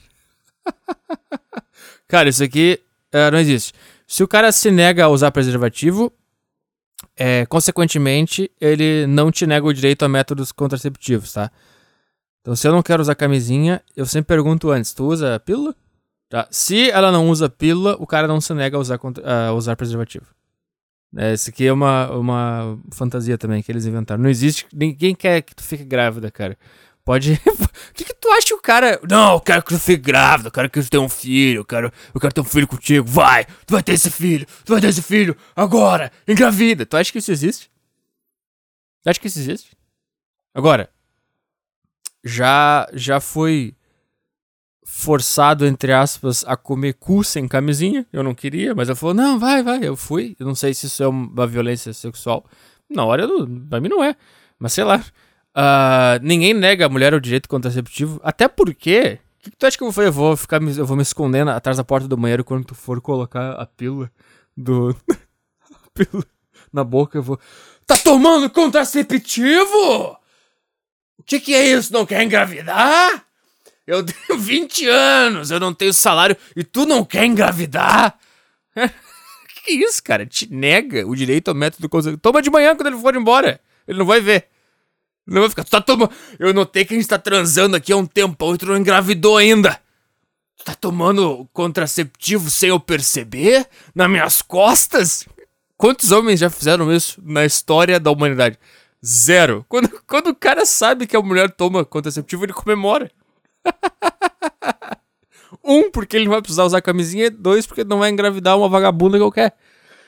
Cara, isso aqui não existe. Se o cara se nega a usar preservativo, consequentemente, ele não te nega o direito a métodos contraceptivos, tá? Então, se eu não quero usar camisinha, eu sempre pergunto antes, tu usa pílula? Tá. Se ela não usa pílula, o cara não se nega a usar preservativo. Isso aqui é uma fantasia também que eles inventaram. Não existe. Ninguém quer que tu fique grávida, cara. Pode. O que tu acha que o cara. Não, eu quero que tu fique grávida, eu quero que tu tenha um filho, eu quero ter um filho contigo. Vai! Tu vai ter esse filho, agora! Engravida! Tu acha que isso existe? Tu acha que isso existe? Agora, já fui forçado, entre aspas, a comer cu sem camisinha. Eu não queria, mas ela falou, não, vai, eu fui. Eu não sei se isso é uma violência sexual. Na hora, pra mim não é. Mas sei lá. Ninguém nega a mulher o direito contraceptivo. Até porque... O que tu acha que eu vou fazer? Eu vou me escondendo atrás da porta do banheiro quando tu for colocar a pílula a pílula na boca. Eu vou... Tá tomando contraceptivo? O que é isso? Não quer engravidar? Eu tenho 20 anos, eu não tenho salário e tu não quer engravidar? Que isso, cara? Te nega o direito ao método contraceptivo. Toma de manhã quando ele for embora. Ele não vai ver. Ele não vai ficar. Tu tá tomando. Eu notei que a gente tá transando aqui há um tempão e tu não engravidou ainda. Tu tá tomando contraceptivo sem eu perceber? Nas minhas costas? Quantos homens já fizeram isso na história da humanidade? 0. Quando o cara sabe que a mulher toma contraceptivo, ele comemora. 1, porque ele não vai precisar usar camisinha. 2, porque ele não vai engravidar uma vagabunda qualquer.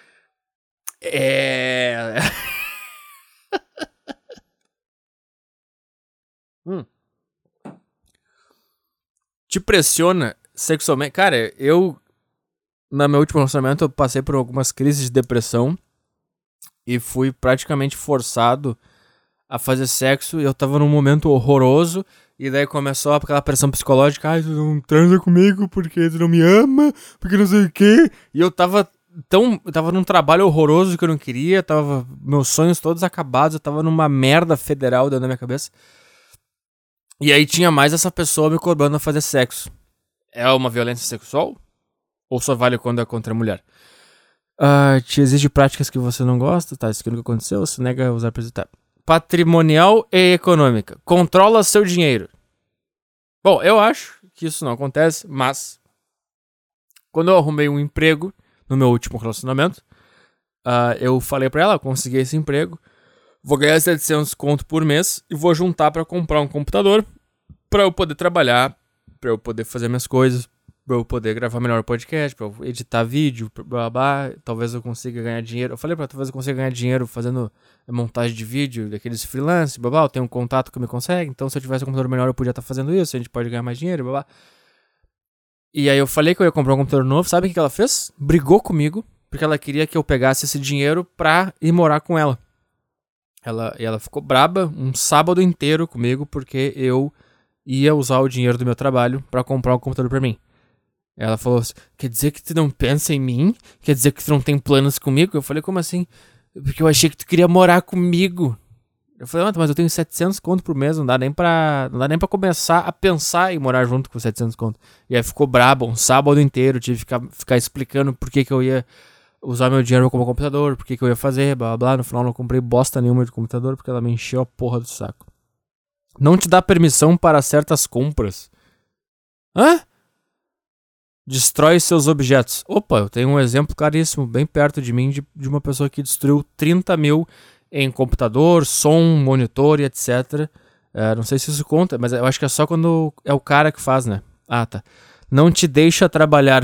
Te pressiona sexualmente. Cara, no meu último relacionamento, eu passei por algumas crises de depressão e fui praticamente forçado a fazer sexo. E eu tava num momento horroroso. E daí começou aquela pressão psicológica. Ai, tu não transa comigo porque tu não me ama, porque não sei o quê. E eu tava num trabalho horroroso que eu não queria. Meus sonhos todos acabados. Eu tava numa merda federal dentro da minha cabeça. E aí tinha mais essa pessoa me cobrando a fazer sexo. É uma violência sexual? Ou só vale quando é contra a mulher? Te exige práticas que você não gosta. Tá, isso que nunca aconteceu. Se nega a usar preservativo. Patrimonial e econômica. Controla seu dinheiro. Bom, eu acho que isso não acontece, mas quando eu arrumei um emprego no meu último relacionamento, eu falei pra ela, consegui esse emprego, vou ganhar 700 conto por mês e vou juntar pra comprar um computador pra eu poder trabalhar, pra eu poder fazer minhas coisas, pra eu poder gravar melhor o podcast, pra eu editar vídeo, blá, blá, talvez eu consiga ganhar dinheiro. Eu falei pra ela, talvez eu consiga ganhar dinheiro fazendo montagem de vídeo, daqueles freelance, blá, blá, eu tenho um contato que me consegue, então se eu tivesse um computador melhor eu podia estar fazendo isso, a gente pode ganhar mais dinheiro, blá, blá. E aí eu falei que eu ia comprar um computador novo, sabe o que ela fez? Brigou comigo, porque ela queria que eu pegasse esse dinheiro pra ir morar com ela. Ela ficou braba um sábado inteiro comigo, porque eu ia usar o dinheiro do meu trabalho pra comprar um computador pra mim. Ela falou assim, quer dizer que tu não pensa em mim? Quer dizer que tu não tem planos comigo? Eu falei, como assim? Porque eu achei que tu queria morar comigo. Eu falei, mas eu tenho 700 conto por mês, não dá nem pra começar a pensar em morar junto com 700 conto. E aí ficou brabo, um sábado inteiro, tive que ficar explicando por que eu ia usar meu dinheiro como computador, por que eu ia fazer, blá blá blá. No final não comprei bosta nenhuma de computador, porque ela me encheu a porra do saco. Não te dá permissão para certas compras. Hã? Destrói seus objetos. Opa, eu tenho um exemplo claríssimo, bem perto de mim, de uma pessoa que destruiu 30 mil em computador, som, monitor e etc. Não sei se isso conta, mas eu acho que é só quando é o cara que faz, né? Ah, tá. Não te deixa trabalhar.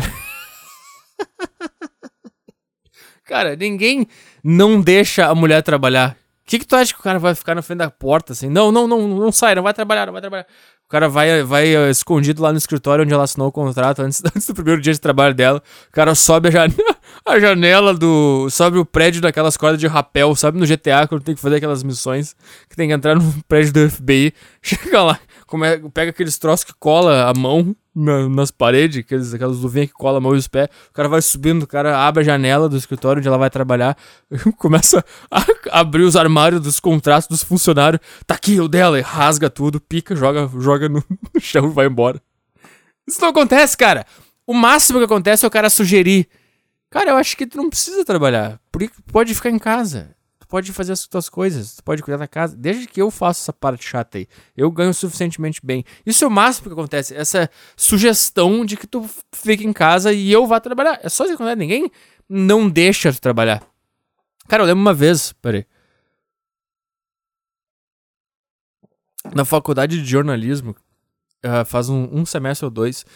Cara, ninguém não deixa a mulher trabalhar. O que tu acha que o cara vai ficar na frente da porta assim? Não sai, não vai trabalhar. O cara vai escondido lá no escritório onde ela assinou o contrato antes do primeiro dia de trabalho dela. O cara sobe a janela sobe o prédio daquelas cordas de rapel, sabe, no GTA, quando tem que fazer aquelas missões, que tem que entrar no prédio do FBI. Chega lá, pega aqueles troços que cola a mão nas paredes, aquelas luvinhas que cola a mão e os pés. O cara vai subindo, o cara abre a janela do escritório onde ela vai trabalhar, começa a abrir os armários dos contratos dos funcionários. Tá aqui o dela, e rasga tudo, pica, joga no chão e vai embora. Isso não acontece, cara. O máximo que acontece é o cara sugerir. Cara, eu acho que tu não precisa trabalhar. Porque tu pode ficar em casa. Tu pode fazer as tuas coisas. Tu pode cuidar da casa. Desde que eu faça essa parte chata aí. Eu ganho suficientemente bem. Isso é o máximo que acontece. Essa sugestão de que tu fique em casa e eu vá trabalhar. É só isso que acontece. Ninguém não deixa tu trabalhar. Cara, eu lembro uma vez. Peraí. Na faculdade de jornalismo, faz um semestre ou dois,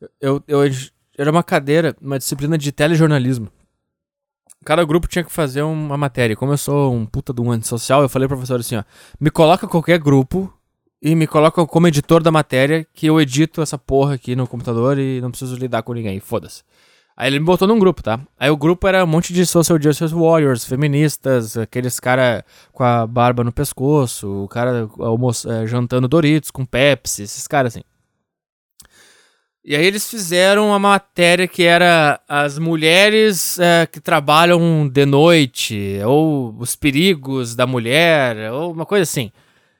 era uma cadeira, uma disciplina de telejornalismo. Cada grupo tinha que fazer uma matéria. Como eu sou um puta de um antissocial, eu falei pro professor assim, ó, me coloca qualquer grupo e me coloca como editor da matéria, que eu edito essa porra aqui no computador e não preciso lidar com ninguém, foda-se. Aí ele me botou num grupo, tá? Aí o grupo era um monte de social justice warriors, feministas, aqueles cara com a barba no pescoço, o cara jantando Doritos com Pepsi, esses caras assim. E aí eles fizeram uma matéria que era as mulheres que trabalham de noite, ou os perigos da mulher, ou uma coisa assim.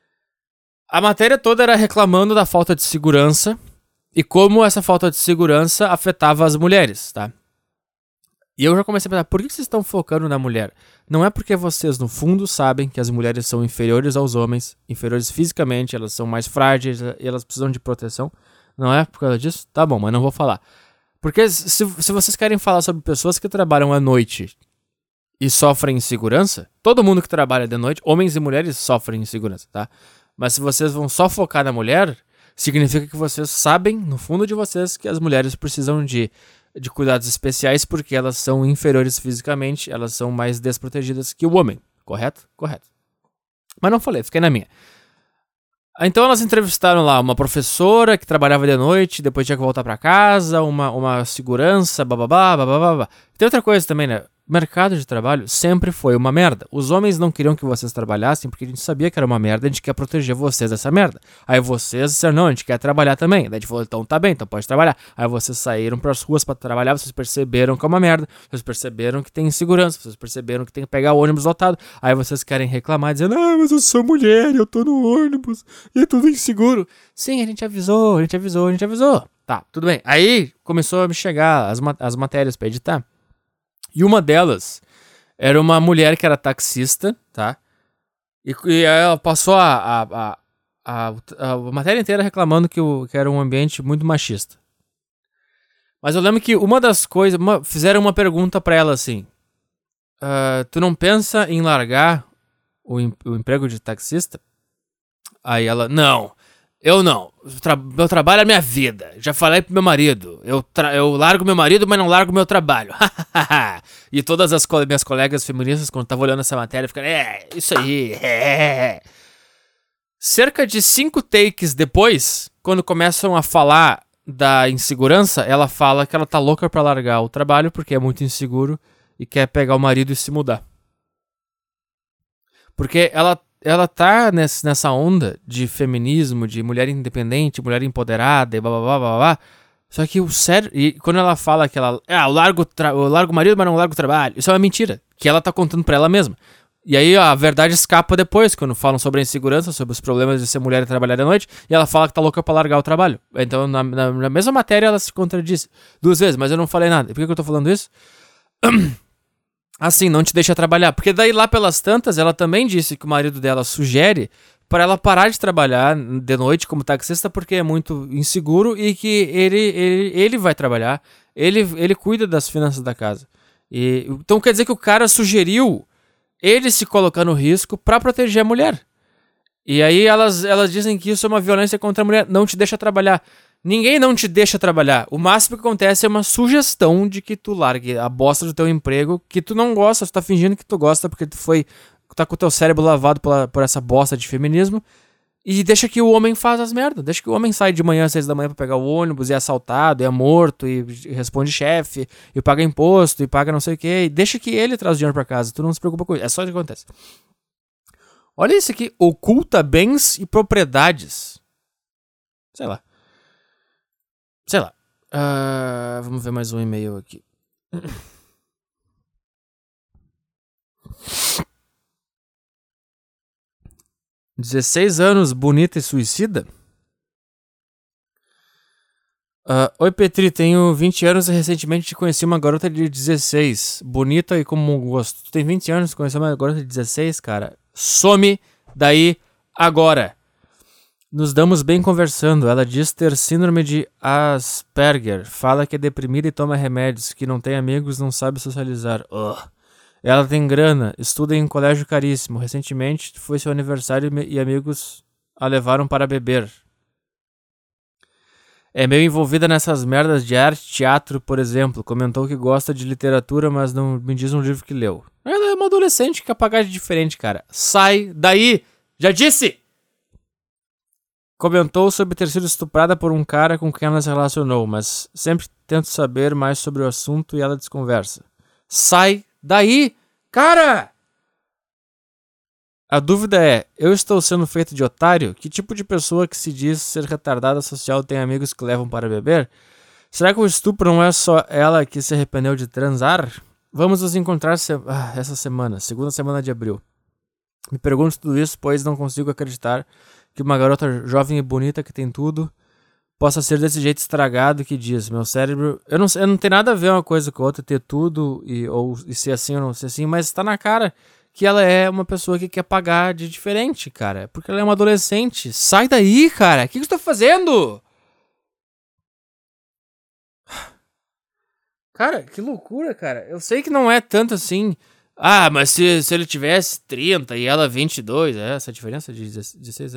A matéria toda era reclamando da falta de segurança e como essa falta de segurança afetava as mulheres, tá? E eu já comecei a pensar, por que vocês estão focando na mulher? Não é porque vocês, no fundo, sabem que as mulheres são inferiores aos homens, inferiores fisicamente, elas são mais frágeis e elas precisam de proteção. Não é por causa disso? Tá bom, mas não vou falar. Porque se vocês querem falar sobre pessoas que trabalham à noite e sofrem insegurança, todo mundo que trabalha de noite, homens e mulheres, sofrem insegurança, tá? Mas se vocês vão só focar na mulher, significa que vocês sabem, no fundo de vocês, que as mulheres precisam de cuidados especiais porque elas são inferiores fisicamente, elas são mais desprotegidas que o homem. Correto? Correto. Mas não falei, fiquei na minha. Então elas entrevistaram lá uma professora que trabalhava de noite, depois tinha que voltar pra casa, uma segurança, bababá, bababá. Tem outra coisa também, né? Mercado de trabalho sempre foi uma merda. Os homens não queriam que vocês trabalhassem porque a gente sabia que era uma merda, a gente quer proteger vocês dessa merda. Aí vocês disseram, não, a gente quer trabalhar também. Daí a gente falou, então tá bem, então pode trabalhar. Aí vocês saíram pras ruas pra trabalhar, vocês perceberam que é uma merda, vocês perceberam que tem insegurança, vocês perceberam que tem que pegar o ônibus lotado. Aí vocês querem reclamar, dizendo, mas eu sou mulher, eu tô no ônibus e é tudo inseguro. Sim, a gente avisou. Tá, tudo bem. Aí começou a me chegar as matérias pra editar. E uma delas era uma mulher que era taxista, tá? E ela passou a matéria inteira reclamando que era um ambiente muito machista. Mas eu lembro que uma das coisas... fizeram uma pergunta pra ela assim... tu não pensa em largar o emprego de taxista? Aí ela... Não, eu não. Meu trabalho é minha vida. Já falei pro meu marido. Eu largo meu marido, mas não largo meu trabalho. E todas as minhas colegas feministas, quando estavam olhando essa matéria, ficaram... isso aí. Cerca de 5 takes depois, quando começam a falar da insegurança, ela fala que ela tá louca pra largar o trabalho porque é muito inseguro e quer pegar o marido e se mudar. Porque ela tá nessa onda de feminismo, de mulher independente, mulher empoderada e blá blá blá blá blá, Só que o sério... E quando ela fala que ela... eu largo o marido, mas não largo o trabalho. Isso é uma mentira. Que ela tá contando pra ela mesma. E aí a verdade escapa depois, quando falam sobre a insegurança, sobre os problemas de ser mulher e trabalhar de noite, e ela fala que tá louca pra largar o trabalho. Então, na mesma matéria, ela se contradiz 2 vezes, mas eu não falei nada. E por que eu tô falando isso? Assim, não te deixa trabalhar. Porque daí, lá pelas tantas, ela também disse que o marido dela sugere pra ela parar de trabalhar de noite como taxista, porque é muito inseguro e que ele vai trabalhar, ele cuida das finanças da casa. Então quer dizer que o cara sugeriu ele se colocar no risco pra proteger a mulher. E aí elas dizem que isso é uma violência contra a mulher, não te deixa trabalhar. Ninguém não te deixa trabalhar. O máximo que acontece é uma sugestão de que tu largue a bosta do teu emprego, que tu não gosta, tu tá fingindo que tu gosta porque tu tá com o teu cérebro lavado por essa bosta de feminismo, e deixa que o homem faz as merdas. Deixa que o homem sai de manhã às 6 da manhã pra pegar o ônibus, e é assaltado, e é morto, e responde chefe, e paga imposto, e paga não sei o que, e deixa que ele traz o dinheiro pra casa. Tu não se preocupa com isso. É só isso que acontece. Olha isso aqui. Oculta bens e propriedades. Sei lá. Vamos ver mais um e-mail aqui. 16 anos, bonita e suicida? Oi, Petri, tenho 20 anos e recentemente te conheci uma garota de 16. Bonita e com bom gosto. Tu tem 20 anos e conheceu uma garota de 16, cara? Some daí agora. Nos damos bem conversando. Ela diz ter síndrome de Asperger. Fala que é deprimida e toma remédios. Que não tem amigos, não sabe socializar. Ela tem grana, estuda em um colégio caríssimo. Recentemente foi seu aniversário e amigos a levaram para beber. É meio envolvida nessas merdas de arte, teatro, por exemplo. Comentou que gosta de literatura, mas não me diz um livro que leu. Ela é uma adolescente que quer pagar de diferente, cara. Sai daí! Já disse! Comentou sobre ter sido estuprada por um cara com quem ela se relacionou, mas sempre tento saber mais sobre o assunto e ela desconversa. Sai daí, cara! A dúvida é, eu estou sendo feito de otário? Que tipo de pessoa que se diz ser retardada social tem amigos que levam para beber? Será que o estupro não é só ela que se arrependeu de transar? Vamos nos encontrar essa semana, segunda semana de abril. Me pergunto tudo isso, pois não consigo acreditar que uma garota jovem e bonita que tem tudo possa ser desse jeito estragado que diz. Meu cérebro... Eu não tenho nada a ver uma coisa com a outra, ter tudo e ser assim ou não ser assim, mas tá na cara que ela é uma pessoa que quer pagar de diferente, cara. Porque ela é uma adolescente. Sai daí, cara. O que você tá fazendo? Cara, que loucura, cara. Eu sei que não é tanto assim... mas se ele tivesse 30 e ela 22, essa diferença de 16...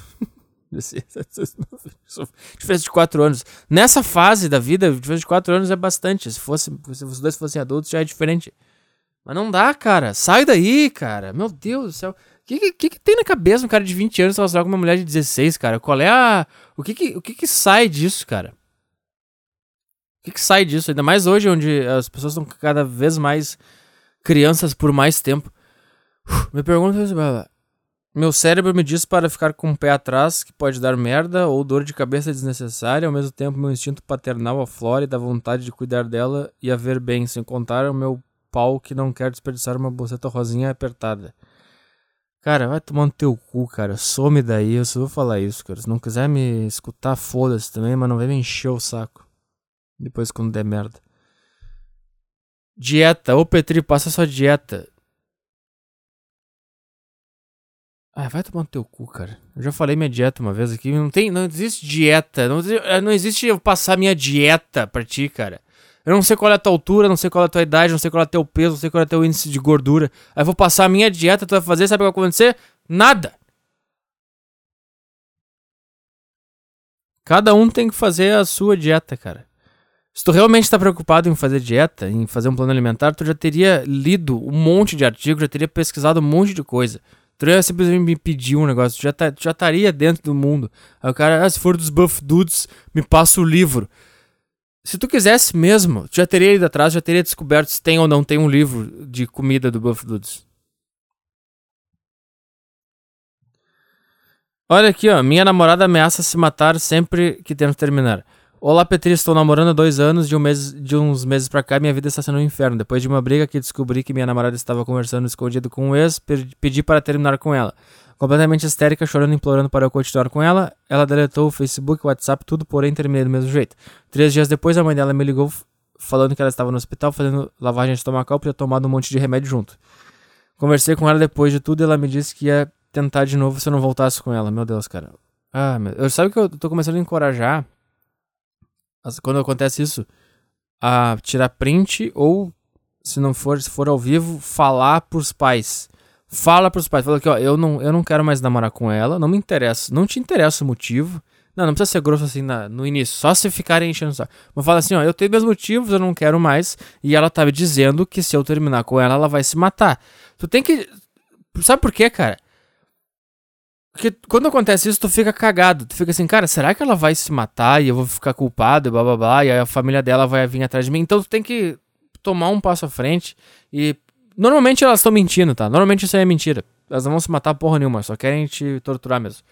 Diferença de 4 anos. Nessa fase da vida, diferença de 4 anos é bastante. Se os dois fossem adultos, já é diferente. Mas não dá, cara. Sai daí, cara. Meu Deus do céu. O que tem na cabeça um cara de 20 anos relacionado com uma mulher de 16, cara? Qual é a... O que sai disso, cara? O que sai disso? Ainda mais hoje, onde as pessoas estão cada vez mais crianças por mais tempo. Me pergunta... Meu cérebro me diz para ficar com o pé atrás, que pode dar merda ou dor de cabeça desnecessária. Ao mesmo tempo, meu instinto paternal aflora e dá vontade de cuidar dela e a ver bem, sem contar o meu pau que não quer desperdiçar uma boceta rosinha apertada. Cara, vai tomar no teu cu, cara. Some daí, eu só vou falar isso, cara. Se não quiser me escutar, foda-se também, mas não vai me encher o saco. Depois quando der merda. Dieta. Ô, Petri, passa sua dieta. Vai tomar no teu cu, cara. Eu já falei minha dieta uma vez aqui. Não existe dieta. Não existe eu passar minha dieta pra ti, cara. Eu não sei qual é a tua altura, não sei qual é a tua idade, não sei qual é o teu peso, não sei qual é o teu índice de gordura. Aí eu vou passar a minha dieta, tu vai fazer, sabe o que vai acontecer? Nada. Cada um tem que fazer a sua dieta, cara. Se tu realmente tá preocupado em fazer dieta, em fazer um plano alimentar, tu já teria lido um monte de artigos, já teria pesquisado um monte de coisa. Tu ia simplesmente me pedir um negócio, tu já estaria dentro do mundo. Aí o cara, se for dos Buff Dudes, me passa o livro. Se tu quisesse mesmo, tu já teria ido atrás, já teria descoberto se tem ou não tem um livro de comida do Buff Dudes. Olha aqui, ó. Minha namorada ameaça se matar sempre que tento terminar. Olá, Petri, estou namorando há 2 anos, de uns meses pra cá minha vida está sendo um inferno. Depois de uma briga que descobri que minha namorada estava conversando escondido com um ex, pedi para terminar com ela. Completamente histérica, chorando e implorando para eu continuar com ela. Ela deletou o Facebook, o WhatsApp, tudo, porém terminei do mesmo jeito. 3 dias depois, a mãe dela me ligou falando que ela estava no hospital fazendo lavagem estomacal por ter tomado um monte de remédio junto. Conversei com ela depois de tudo e ela me disse que ia tentar de novo se eu não voltasse com ela. Meu Deus, cara. Sabe que eu tô começando a encorajar, quando acontece isso, a tirar print ou, se for ao vivo, falar pros pais. Fala pros pais. Fala aqui, ó, eu não quero mais namorar com ela, não me interessa. Não te interessa o motivo. Não precisa ser grosso assim no início, só se ficarem enchendo o saco. Mas fala assim, ó, eu tenho meus motivos, eu não quero mais. E ela tá me dizendo que se eu terminar com ela, ela vai se matar. Tu tem que... Sabe por quê, cara? Porque quando acontece isso, tu fica cagado. Tu fica assim, cara, será que ela vai se matar e eu vou ficar culpado e blá blá blá, e aí a família dela vai vir atrás de mim? Então tu tem que tomar um passo à frente e... Normalmente elas estão mentindo, tá? Normalmente isso aí é mentira. Elas não vão se matar porra nenhuma, só querem te torturar mesmo.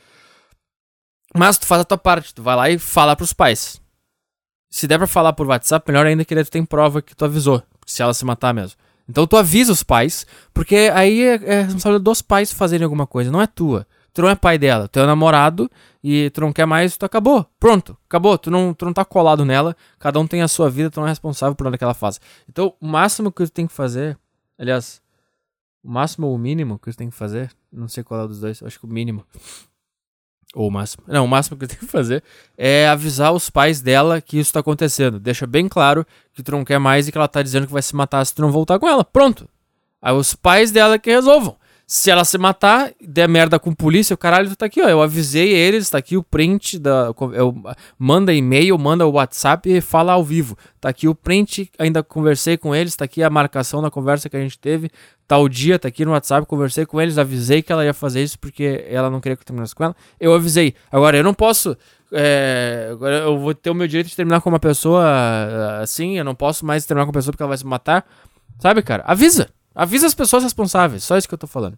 Mas tu faz a tua parte, tu vai lá e fala pros pais. Se der pra falar por WhatsApp, melhor ainda que tu tem prova que tu avisou, se ela se matar mesmo. Então tu avisa os pais, porque aí é responsabilidade dos pais fazerem alguma coisa, não é tua. Tu não é pai dela, tu é namorado e tu não quer mais, tu acabou. Pronto, acabou, tu não tá colado nela, cada um tem a sua vida, tu não é responsável por nada que ela faça. Então o máximo que tu tem que fazer, aliás, o máximo ou o mínimo que tu tem que fazer, não sei qual é dos dois, acho que o mínimo. Ou o máximo. Não, o máximo que eu tenho que fazer é avisar os pais dela que isso tá acontecendo. Deixa bem claro que tu não quer mais e que ela tá dizendo que vai se matar se tu não voltar com ela. Pronto. Aí os pais dela que resolvam. Se ela se matar, der merda com polícia, o caralho, tu tá aqui, ó. Eu avisei eles, tá aqui o print manda e-mail, manda o WhatsApp e fala ao vivo. Tá aqui o print, ainda conversei com eles, tá aqui a marcação da conversa que a gente teve. Tal dia, tá aqui no WhatsApp, conversei com eles, avisei que ela ia fazer isso porque ela não queria que eu terminasse com ela. Eu avisei. Agora, eu não posso... agora eu vou ter o meu direito de terminar com uma pessoa assim, eu não posso mais terminar com uma pessoa porque ela vai se matar. Sabe, cara? Avisa. Avisa as pessoas responsáveis, só isso que eu tô falando.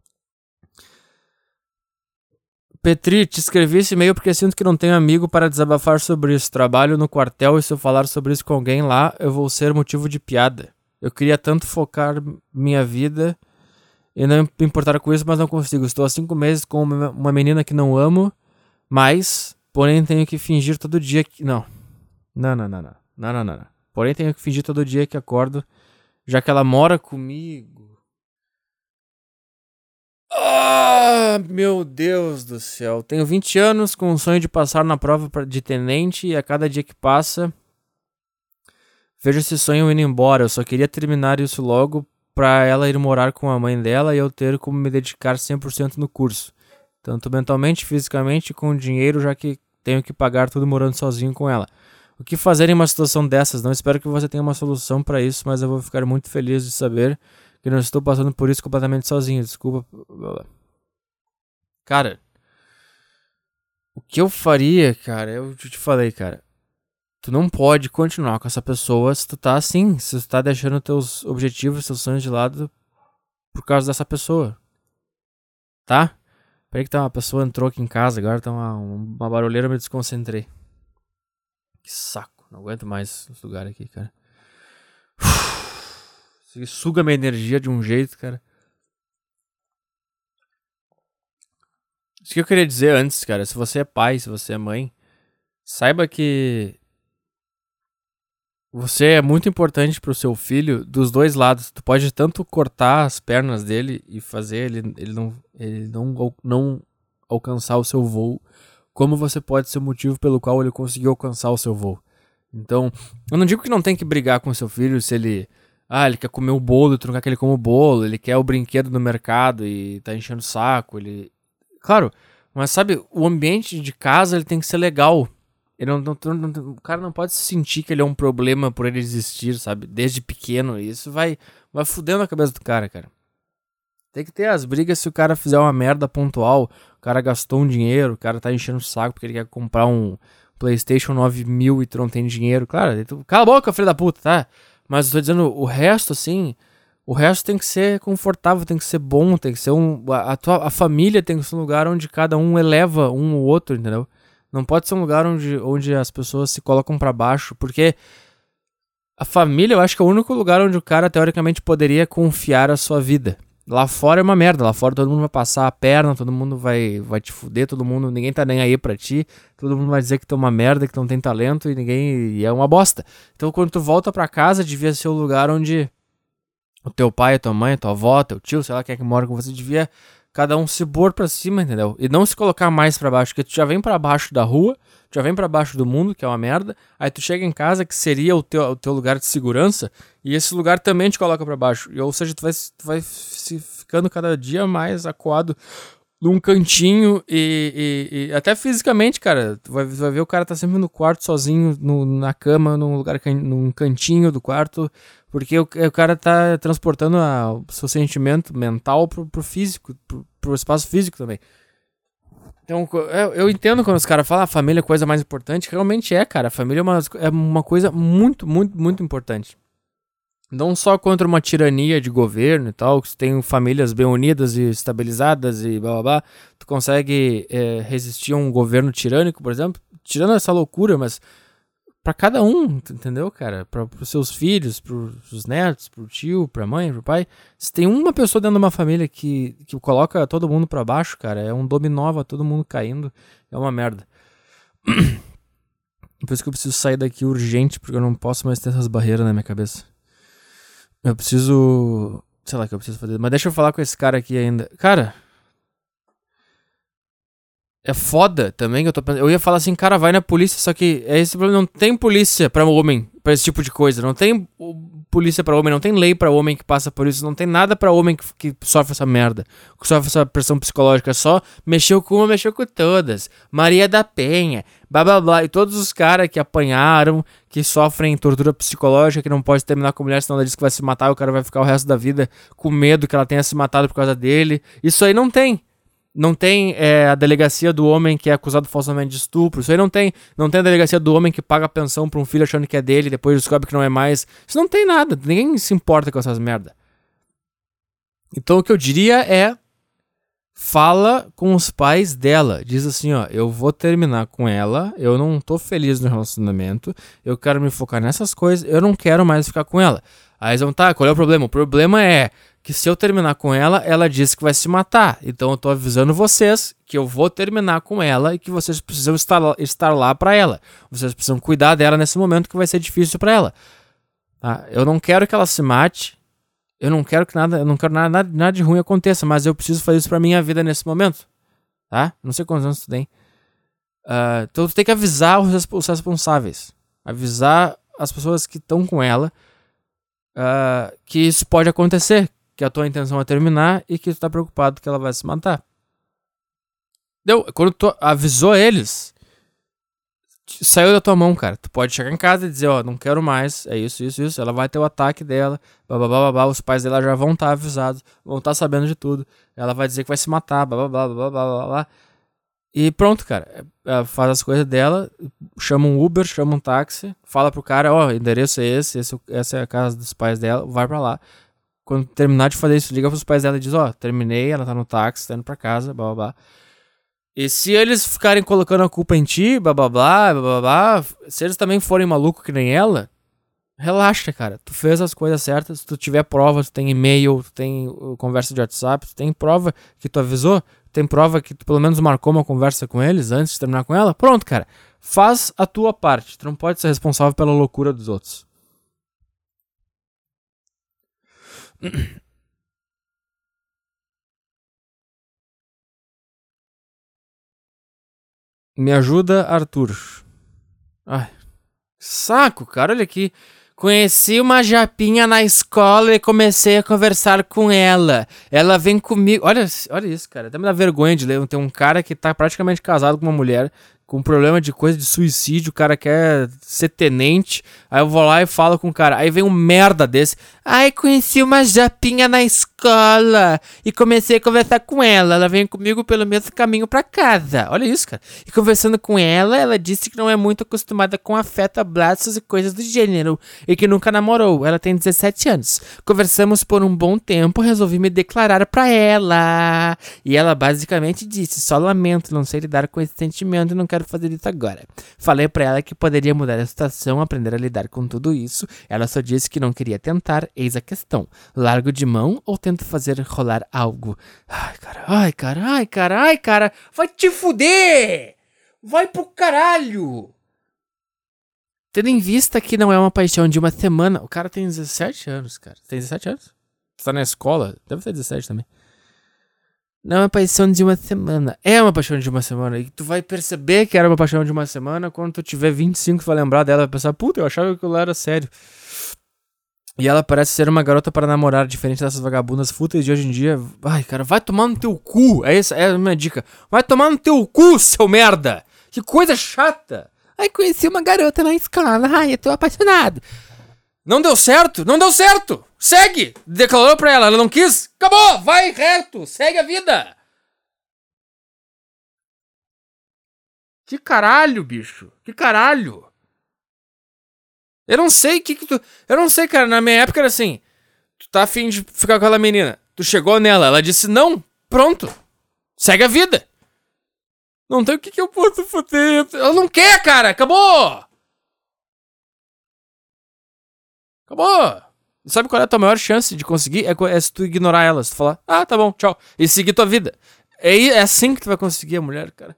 Petri, te escrevi esse e-mail porque sinto que não tenho amigo para desabafar sobre isso. Trabalho no quartel e se eu falar sobre isso com alguém lá, eu vou ser motivo de piada. Eu queria tanto focar minha vida e não me importar com isso, mas não consigo. Estou há 5 meses com uma menina que não amo, mas, porém, tenho que fingir todo dia que... Não. Porém, tenho que fingir todo dia que acordo, já que ela mora comigo. Ah, meu Deus do céu. Tenho 20 anos com o sonho de passar na prova de tenente e a cada dia que passa vejo esse sonho indo embora. Eu só queria terminar isso logo pra ela ir morar com a mãe dela e eu ter como me dedicar 100% no curso. Tanto mentalmente, fisicamente e com dinheiro, já que tenho que pagar tudo morando sozinho com ela. O que fazer em uma situação dessas? Não espero que você tenha uma solução pra isso, mas eu vou ficar muito feliz de saber que não estou passando por isso completamente sozinho. Desculpa. Cara, o que eu faria, cara, eu te falei, cara. Tu não pode continuar com essa pessoa se tu tá assim, se tu tá deixando teus objetivos, teus sonhos de lado por causa dessa pessoa. Tá? Peraí que tá uma pessoa entrou aqui em casa, agora tá uma barulheira, eu me desconcentrei. Que saco, não aguento mais esse lugar aqui, cara. Isso suga minha energia de um jeito, cara. Isso que eu queria dizer antes, cara. Se você é pai, se você é mãe, saiba que você é muito importante pro seu filho dos dois lados. Tu pode tanto cortar as pernas dele e fazer ele não alcançar o seu voo, como você pode ser o motivo pelo qual ele conseguiu alcançar o seu voo. Então, eu não digo que não tem que brigar com seu filho se ele... ele quer comer o bolo e tu não quer que ele coma o bolo, ele quer o brinquedo no mercado e tá enchendo o saco, Claro, mas sabe, o ambiente de casa ele tem que ser legal. O cara não pode sentir que ele é um problema por ele existir, sabe? Desde pequeno. E isso vai fudendo a cabeça do cara. Tem que ter as brigas se o cara fizer uma merda pontual. O cara gastou um dinheiro, o cara tá enchendo o saco porque ele quer comprar um PlayStation 9000 e tu não tem dinheiro. Claro, cala a boca, filho da puta, tá? Mas eu tô dizendo, o resto, assim... O resto tem que ser confortável, tem que ser bom, tem que ser a família tem que ser um lugar onde cada um eleva um ou outro, entendeu? Não pode ser um lugar onde as pessoas se colocam pra baixo, porque a família, eu acho que é o único lugar onde o cara, teoricamente, poderia confiar a sua vida. Lá fora é uma merda, lá fora todo mundo vai passar a perna, todo mundo vai te fuder, ninguém tá nem aí pra ti, todo mundo vai dizer que tu é uma merda, que tu não tem talento e é uma bosta. Então quando tu volta pra casa, devia ser o lugar onde o teu pai, a tua mãe, a tua avó, teu tio, sei lá quem é que mora com você, devia cada um se pôr pra cima, entendeu? E não se colocar mais pra baixo, porque tu já vem pra baixo da rua, tu já vem pra baixo do mundo, que é uma merda, aí tu chega em casa, que seria o teu lugar de segurança, e esse lugar também te coloca pra baixo. Ou seja, tu vai se ficando cada dia mais acuado num cantinho e até fisicamente, cara, tu vai ver o cara tá sempre no quarto sozinho, na cama, num cantinho do quarto, porque o cara tá transportando o seu sentimento mental pro físico, pro espaço físico também. Então, eu entendo quando os caras falam a família é a coisa mais importante. Realmente é, cara. A família é uma coisa muito, muito, muito importante. Não só contra uma tirania de governo e tal, que você tem famílias bem unidas e estabilizadas e blá blá blá. Tu consegue resistir a um governo tirânico, por exemplo. Tirando essa loucura, mas pra cada um, entendeu, cara? Pros seus filhos, pros netos, pro tio, pra mãe, pro pai. Se tem uma pessoa dentro de uma família que coloca todo mundo pra baixo, cara, é um dominó, vai todo mundo caindo, é uma merda. Por isso que eu preciso sair daqui urgente, porque eu não posso mais ter essas barreiras na minha cabeça. Eu preciso... Sei lá o que eu preciso fazer. Mas deixa eu falar com esse cara aqui ainda. Cara... É foda também que eu tô pensando. Eu ia falar assim, cara, vai na polícia, só que é esse problema. Não tem polícia pra homem, pra esse tipo de coisa. Não tem polícia pra homem, não tem lei pra homem que passa por isso. Não tem nada pra homem que sofre essa merda, que sofre essa pressão psicológica. Só mexeu com uma, mexeu com todas. Maria da Penha, blá blá blá. E todos os caras que apanharam, que sofrem tortura psicológica, que não pode terminar com a mulher, senão ela diz que vai se matar. E o cara vai ficar o resto da vida com medo que ela tenha se matado por causa dele. Isso aí não tem. Não tem a delegacia do homem que é acusado falsamente de estupro. Isso aí não tem. Não tem a delegacia do homem que paga a pensão pra um filho achando que é dele e depois descobre que não é mais. Isso não tem nada. Ninguém se importa com essas merda. Então o que eu diria é... Fala com os pais dela. Diz assim, ó... Eu vou terminar com ela. Eu não tô feliz no relacionamento. Eu quero me focar nessas coisas. Eu não quero mais ficar com ela. Aí eles vão, tá, qual é o problema? O problema é... que se eu terminar com ela, ela disse que vai se matar. Então eu tô avisando vocês que eu vou terminar com ela e que vocês precisam estar lá pra ela. Vocês precisam cuidar dela nesse momento que vai ser difícil pra ela. Tá? Eu não quero que ela se mate. Eu não quero nada de ruim aconteça, mas eu preciso fazer isso pra minha vida nesse momento. Tá? Não sei quantos anos tu tem. Então tu tem que avisar os responsáveis. Avisar as pessoas que estão com ela que isso pode acontecer. Que a tua intenção é terminar e que tu tá preocupado que ela vai se matar. Quando tu avisou eles, saiu da tua mão, cara. Tu pode chegar em casa e dizer, ó, não quero mais, é isso. Ela vai ter o ataque dela, babá, os pais dela já vão estar avisados, vão estar sabendo de tudo. Ela vai dizer que vai se matar, blá. E pronto, cara. Faz as coisas dela, chama um Uber, chama um táxi, fala pro cara, ó, o endereço é essa é a casa dos pais dela, vai pra lá. Quando terminar de fazer isso, liga pros pais dela e diz, ó, terminei, ela tá no táxi, tá indo pra casa, blá blá blá. E se eles ficarem colocando a culpa em ti, blá blá blá, se eles também forem malucos que nem ela, relaxa, cara. Tu fez as coisas certas, se tu tiver prova, tu tem e-mail, tu tem conversa de WhatsApp, tu tem prova que tu avisou, tem prova que tu pelo menos marcou uma conversa com eles antes de terminar com ela, pronto, cara. Faz a tua parte, tu não pode ser responsável pela loucura dos outros. Me ajuda, Arthur. Ai, saco, cara, olha aqui. Conheci uma japinha na escola e comecei a conversar com ela. Ela vem comigo. Olha isso, cara. Até me dá vergonha de ler. Tem um cara que tá praticamente casado com uma mulher com problema de coisa de suicídio, o cara quer ser tenente, aí eu vou lá e falo com o cara, aí vem um merda desse, ai, conheci uma japinha na escola, e comecei a conversar com ela vem comigo pelo mesmo caminho pra casa, olha isso, cara, e conversando com ela disse que não é muito acostumada com afeto, abraços e coisas do gênero, e que nunca namorou, ela tem 17 anos, conversamos por um bom tempo, resolvi me declarar pra ela, e ela basicamente disse, só lamento, não sei lidar com esse sentimento, não quero quero fazer isso agora. Falei pra ela que poderia mudar a situação, aprender a lidar com tudo isso. Ela só disse que não queria tentar, eis a questão. Largo de mão ou tento fazer rolar algo? Ai, cara. Vai te fuder! Vai pro caralho! Tendo em vista que não é uma paixão de uma semana... O cara tem 17 anos, cara. Tem 17 anos? Tu tá na escola? Deve ter 17 também. Não é uma paixão de uma semana. É uma paixão de uma semana. E tu vai perceber que era uma paixão de uma semana quando tu tiver 25 e vai lembrar dela. Vai pensar, puta, eu achava que aquilo era sério. E ela parece ser uma garota para namorar, diferente dessas vagabundas fúteis de hoje em dia. Ai, cara, vai tomar no teu cu. Essa é a minha dica. Vai tomar no teu cu, seu merda. Que coisa chata. Ai, conheci uma garota na escola. Ai, eu tô apaixonado. Não deu certo? Não deu certo. Segue. Declarou pra ela. Ela não quis? Acabou. Vai reto. Segue a vida. Que caralho, bicho. Que caralho. Eu não sei o que tu... Eu não sei, cara. Na minha época era assim. Tu tá afim de ficar com aquela menina. Tu chegou nela. Ela disse não. Pronto. Segue a vida. Não tem o que eu posso fazer. Ela não quer, cara. Acabou. Acabou. E sabe qual é a tua maior chance de conseguir? É se tu ignorar ela. Se tu falar, tá bom, tchau. E seguir tua vida. É assim que tu vai conseguir a mulher, cara.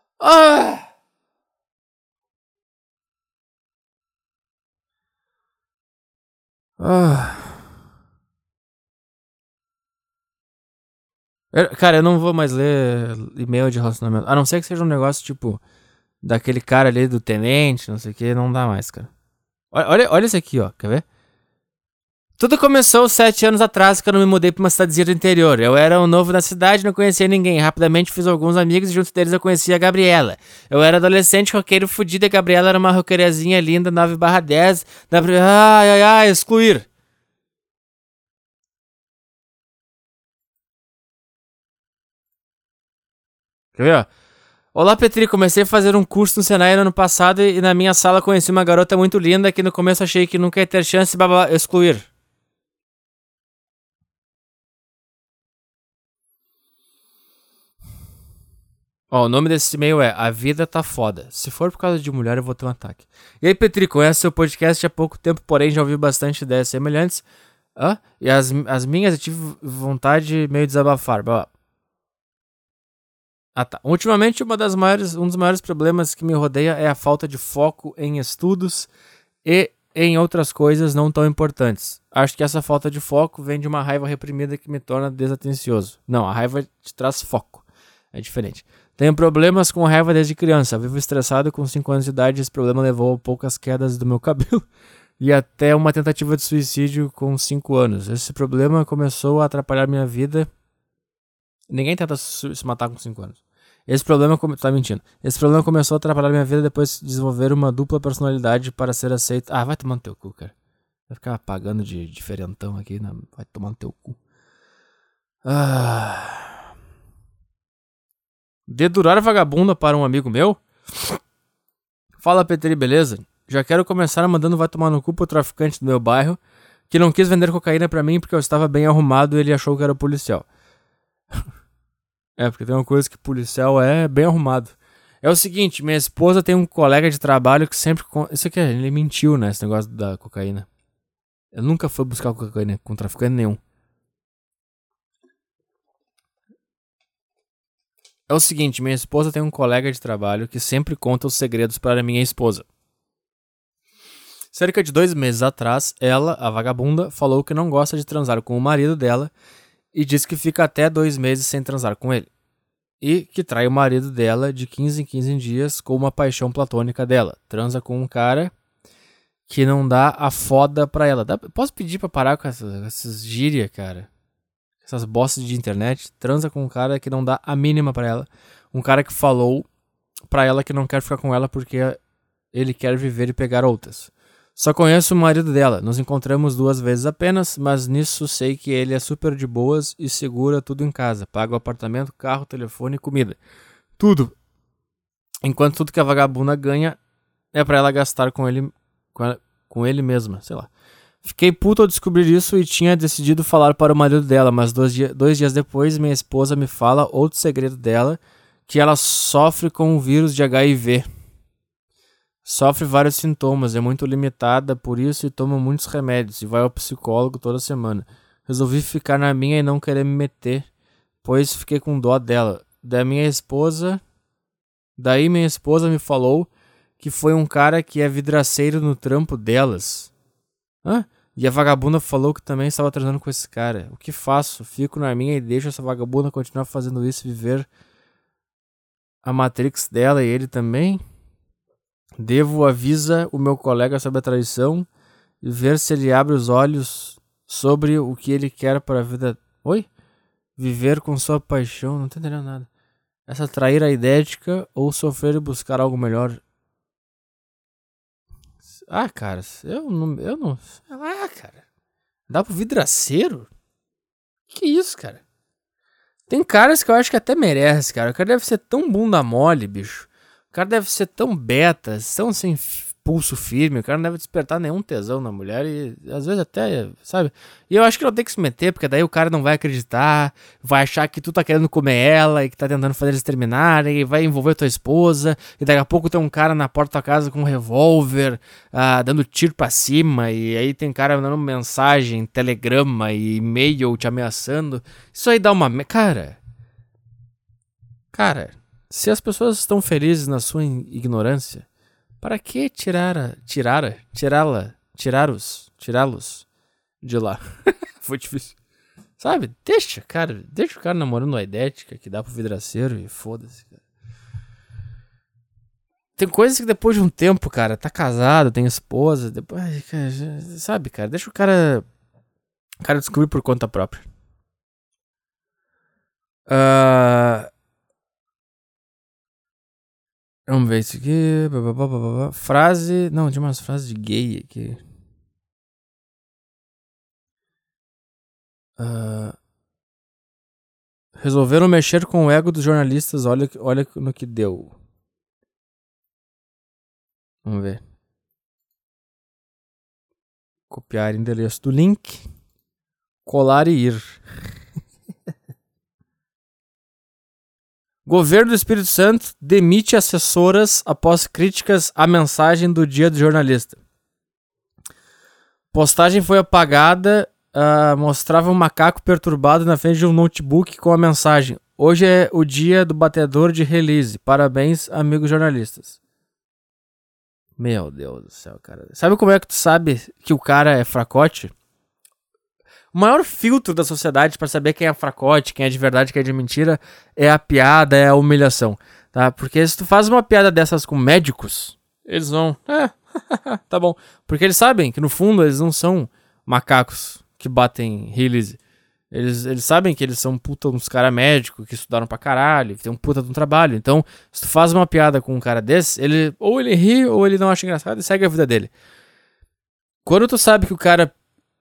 Cara, eu não vou mais ler e-mail de relacionamento. A não ser que seja um negócio tipo daquele cara ali do tenente, não sei o que. Não dá mais, cara. Olha esse aqui, ó. Quer ver? Tudo começou 7 anos atrás, quando eu me mudei pra uma cidadezinha do interior. Eu era um novo na cidade, não conhecia ninguém. Rapidamente fiz alguns amigos e junto deles eu conheci a Gabriela. Eu era adolescente, roqueiro fudido, e a Gabriela era uma roqueirazinha linda, 9/10. Excluir. Quer ver, ó? Olá, Petri, comecei a fazer um curso no Senai no ano passado e na minha sala conheci uma garota muito linda que no começo achei que nunca ia ter chance, excluir. Ó, o nome desse e-mail é A Vida Tá Foda. Se for por causa de mulher, eu vou ter um ataque. E aí, Petri, conhece seu podcast há pouco tempo, porém já ouvi bastante ideias semelhantes. E as minhas eu tive vontade meio de desabafar. Tá. Ultimamente, um dos maiores problemas que me rodeia é a falta de foco em estudos e em outras coisas não tão importantes. Acho que essa falta de foco vem de uma raiva reprimida que me torna desatencioso. Não, a raiva te traz foco. É diferente. Tenho problemas com raiva desde criança. Vivo estressado com 5 anos de idade. Esse problema levou a poucas quedas do meu cabelo e até uma tentativa de suicídio com 5 anos. Esse problema começou a atrapalhar minha vida. Ninguém tenta se matar com 5 anos. Tá mentindo. Esse problema começou a atrapalhar minha vida depois de desenvolver uma dupla personalidade para ser aceito. Vai tomar no teu cu, cara. Vai ficar pagando de diferentão aqui. Vai tomar no teu cu. Dedurar vagabunda para um amigo meu? Fala, Petri, beleza? Já quero começar mandando vai tomar no cu pro traficante do meu bairro que não quis vender cocaína pra mim porque eu estava bem arrumado e ele achou que era policial. Porque tem uma coisa que policial é bem arrumado. É o seguinte, minha esposa tem um colega de trabalho que sempre... Isso aqui, ele mentiu, né, esse negócio da cocaína. Eu nunca fui buscar cocaína com traficante nenhum. É o seguinte, minha esposa tem um colega de trabalho que sempre conta os segredos para minha esposa. Cerca de 2 meses atrás, ela, a vagabunda, falou que não gosta de transar com o marido dela e diz que fica até 2 meses sem transar com ele. E que trai o marido dela de 15 em 15 dias com uma paixão platônica dela. Transa com um cara que não dá a foda pra ela. Posso pedir pra parar com essas gírias, cara? Essas bostas de internet. Transa com um cara que não dá a mínima pra ela. Um cara que falou pra ela que não quer ficar com ela porque ele quer viver e pegar outras. Só conheço o marido dela. Nos encontramos 2 vezes apenas, mas nisso sei que ele é super de boas e segura tudo em casa. Paga o apartamento, carro, telefone e comida. Tudo. Enquanto tudo que a vagabunda ganha é pra ela gastar com ele mesma, sei lá. Fiquei puto ao descobrir isso e tinha decidido falar para o marido dela, mas 2 dias depois minha esposa me fala outro segredo dela que ela sofre com o vírus de HIV. Sofre vários sintomas, é muito limitada por isso e toma muitos remédios e vai ao psicólogo toda semana. Resolvi ficar na minha e não querer me meter, pois fiquei com dó dela. Daí minha esposa me falou que foi um cara que é vidraceiro no trampo delas. Hã? E a vagabunda falou que também estava transando com esse cara. O que faço? Fico na minha e deixo essa vagabunda continuar fazendo isso, viver a Matrix dela e ele também? Devo avisa o meu colega sobre a traição e ver se ele abre os olhos sobre o que ele quer para a vida. Oi? Viver com sua paixão, não tô entendendo nada. Essa traíra idética ou sofrer e buscar algo melhor. Ah, cara, eu não. Ah, cara. Dá pro vidraceiro? Que isso, cara? Tem caras que eu acho que até merece, cara. O cara deve ser tão bunda mole, bicho. O cara deve ser tão beta, tão sem pulso firme. O cara não deve despertar nenhum tesão na mulher e às vezes até, sabe? E eu acho que não tem que se meter, porque daí o cara não vai acreditar, vai achar que tu tá querendo comer ela e que tá tentando fazer eles terminarem, e vai envolver tua esposa, e daqui a pouco tem um cara na porta da tua casa com um revólver, dando tiro pra cima, e aí tem cara mandando mensagem, telegrama e e-mail te ameaçando. Isso aí dá uma... Cara, se as pessoas estão felizes na sua ignorância, para que tirá-los de lá? Foi difícil. Sabe? Deixa o cara namorando a idética que dá pro vidraceiro e foda-se, cara. Tem coisas que depois de um tempo, cara, tá casado, tem esposa, depois, cara, sabe, cara, deixa o cara descobrir por conta própria. Vamos ver isso aqui. Frase. Não, tinha umas frases de gay aqui. Resolveram mexer com o ego dos jornalistas. Olha no que deu. Vamos ver. Copiar endereço do link. Colar e ir. Governo do Espírito Santo demite assessoras após críticas à mensagem do Dia do Jornalista. Postagem foi apagada, mostrava um macaco perturbado na frente de um notebook com a mensagem: hoje é o dia do batedor de release. Parabéns, amigos jornalistas. Meu Deus do céu, cara. Sabe como é que tu sabe que o cara é fracote? O maior filtro da sociedade pra saber quem é fracote, quem é de verdade, quem é de mentira, é a piada, é a humilhação, tá? Porque se tu faz uma piada dessas com médicos, eles vão... tá bom. Porque eles sabem que no fundo eles não são macacos que batem release. Eles sabem que eles são puta uns caras médicos que estudaram pra caralho, que tem um puta de um trabalho. Então, se tu faz uma piada com um cara desse, ele ri ou ele não acha engraçado e segue a vida dele. Quando tu sabe que o cara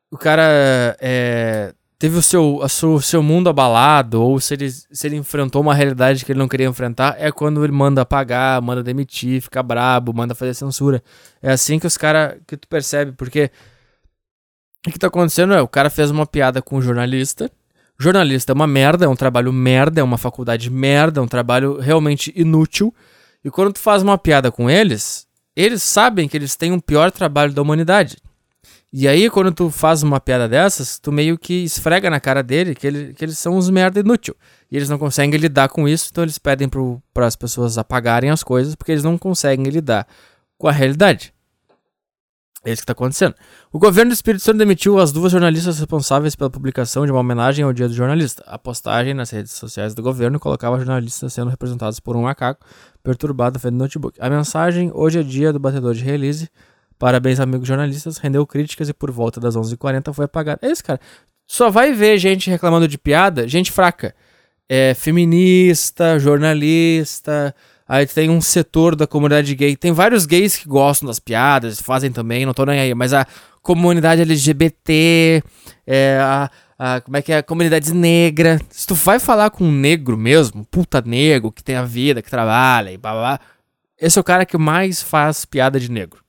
teve o seu mundo abalado, ou se ele enfrentou uma realidade que ele não queria enfrentar, é quando ele manda apagar, manda demitir, fica brabo, manda fazer censura. É assim que que tu percebe, porque o que tá acontecendo o cara fez uma piada com um jornalista. Jornalista é uma merda, é um trabalho merda, é uma faculdade merda, é um trabalho realmente inútil. E quando tu faz uma piada com eles sabem que eles têm o pior trabalho da humanidade. E aí, quando tu faz uma piada dessas, tu meio que esfrega na cara dele que eles são uns merda inútil. E eles não conseguem lidar com isso, então eles pedem para as pessoas apagarem as coisas, porque eles não conseguem lidar com a realidade. É isso que está acontecendo. O governo do Espírito Santo demitiu as 2 jornalistas responsáveis pela publicação de uma homenagem ao Dia do Jornalista. A postagem nas redes sociais do governo colocava jornalistas sendo representados por um macaco perturbado na frente do notebook. A mensagem: hoje é dia do batedor de release. Parabéns, amigos jornalistas. Rendeu críticas e por volta das 11h40 foi apagado. É isso, cara. Só vai ver gente reclamando de piada, gente fraca. Feminista, jornalista. Aí tem um setor da comunidade gay. Tem vários gays que gostam das piadas, fazem também, não tô nem aí. Mas a comunidade LGBT, como é que é? A comunidade negra. Se tu vai falar com um negro mesmo, puta negro, que tem a vida, que trabalha e blá blá, esse é o cara que mais faz piada de negro.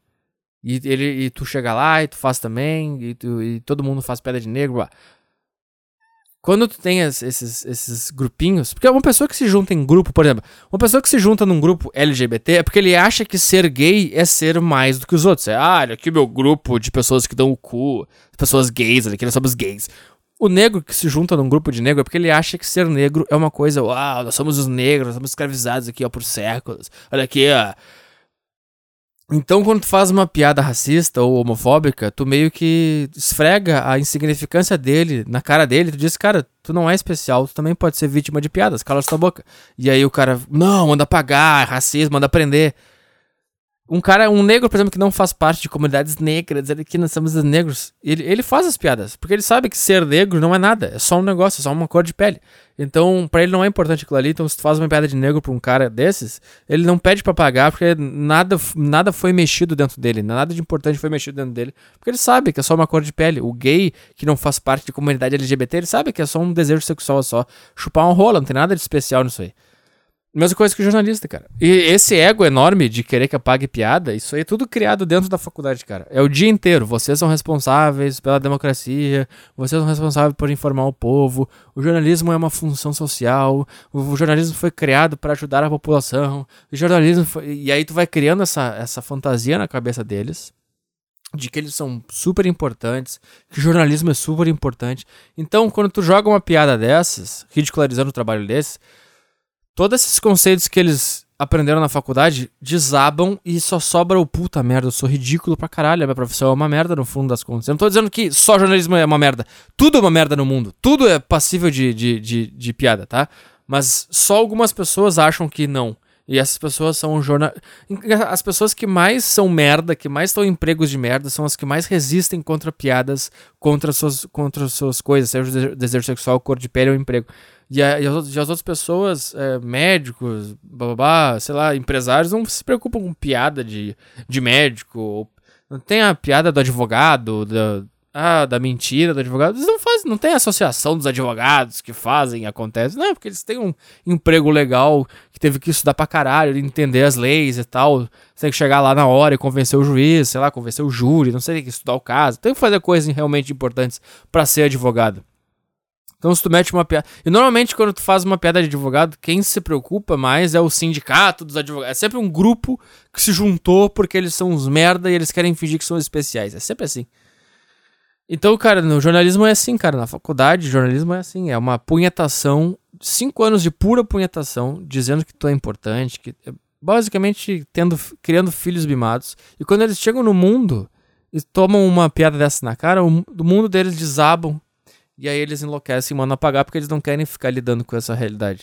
E tu chega lá e tu faz também, e todo mundo faz piada de negro. Blá. quando tu tem esses grupinhos, porque uma pessoa que se junta em grupo, por exemplo, uma pessoa que se junta num grupo LGBT é porque ele acha que ser gay é ser mais do que os outros. Olha aqui meu grupo de pessoas que dão o cu, pessoas gays, olha aqui nós somos gays. O negro que se junta num grupo de negro é porque ele acha que ser negro é uma coisa, uau, nós somos os negros, nós somos escravizados aqui, ó, por séculos. Olha aqui, ó. Então, quando tu faz uma piada racista ou homofóbica, tu meio que esfrega a insignificância dele na cara dele. Tu diz, cara, tu não é especial, tu também pode ser vítima de piadas, cala tua boca. E aí o cara, não, manda pagar, é racismo, manda prender. Um negro, por exemplo, que não faz parte de comunidades negras, ele que nós somos os negros, ele faz as piadas, porque ele sabe que ser negro não é nada, é só um negócio, é só uma cor de pele. Então, pra ele não é importante aquilo ali, então se tu faz uma piada de negro pra um cara desses, ele não pede pra pagar, porque nada foi mexido dentro dele, nada de importante foi mexido dentro dele, porque ele sabe que é só uma cor de pele. O gay, que não faz parte de comunidade LGBT, ele sabe que é só um desejo sexual, é só chupar uma rola, não tem nada de especial nisso aí. Mesma coisa que o jornalista, cara. E esse ego enorme de querer que apague piada, isso aí é tudo criado dentro da faculdade, cara. É o dia inteiro. Vocês são responsáveis pela democracia, vocês são responsáveis por informar o povo, o jornalismo é uma função social, o jornalismo foi criado para ajudar a população, o jornalismo foi... E aí tu vai criando essa fantasia na cabeça deles, de que eles são super importantes, que o jornalismo é super importante. Então, quando tu joga uma piada dessas, ridicularizando o trabalho desses, todos esses conceitos que eles aprenderam na faculdade desabam e só sobra o puta merda, eu sou ridículo pra caralho, a minha profissão é uma merda no fundo das contas. Eu não tô dizendo que só jornalismo é uma merda, tudo é uma merda no mundo, tudo é passível de piada, tá? Mas só algumas pessoas acham que não. E essas pessoas são as pessoas que mais são merda, que mais estão em empregos de merda, são as que mais resistem contra piadas, contra suas coisas, seja o desejo sexual, cor de pele ou emprego. E as outras pessoas, médicos, sei lá, empresários, não se preocupam com piada de médico. Não tem a piada do advogado, da mentira do advogado. Eles não tem associação dos advogados que fazem, acontece. Não, porque eles têm um emprego legal, que teve que estudar pra caralho, entender as leis e tal. Você tem que chegar lá na hora e convencer o juiz, sei lá, convencer o júri, não sei, tem que estudar o caso. Tem que fazer coisas realmente importantes pra ser advogado. Então se tu mete uma piada... E normalmente quando tu faz uma piada de advogado, quem se preocupa mais é o sindicato dos advogados. É sempre um grupo que se juntou porque eles são uns merda e eles querem fingir que são especiais. É sempre assim. Então, cara, no jornalismo é assim, cara. Na faculdade, jornalismo é assim. É uma punhetação, 5 anos de pura punhetação, dizendo que tu é importante, que basicamente criando filhos mimados. E quando eles chegam no mundo e tomam uma piada dessa na cara, o mundo deles desabam. E aí eles enlouquecem e mandam apagar porque eles não querem ficar lidando com essa realidade.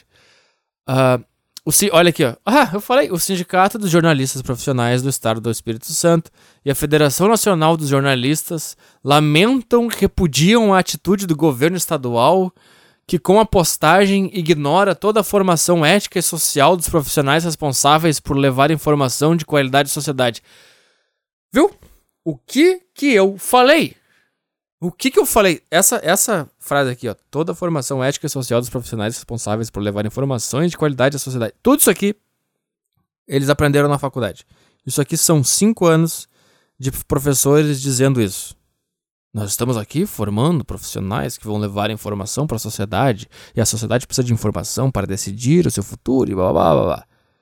Olha aqui, ó. Eu falei. O Sindicato dos Jornalistas Profissionais do Estado do Espírito Santo e a Federação Nacional dos Jornalistas lamentam e repudiam a atitude do governo estadual que, com a postagem, ignora toda a formação ética e social dos profissionais responsáveis por levar informação de qualidade à sociedade. Viu? O que eu falei? O que eu falei? Essa frase aqui, ó. Toda a formação ética e social dos profissionais responsáveis por levar informações de qualidade à sociedade. Tudo isso aqui, eles aprenderam na faculdade. Isso aqui são 5 anos de professores dizendo isso. Nós estamos aqui formando profissionais que vão levar informação para a sociedade. E a sociedade precisa de informação para decidir o seu futuro e blá blá blá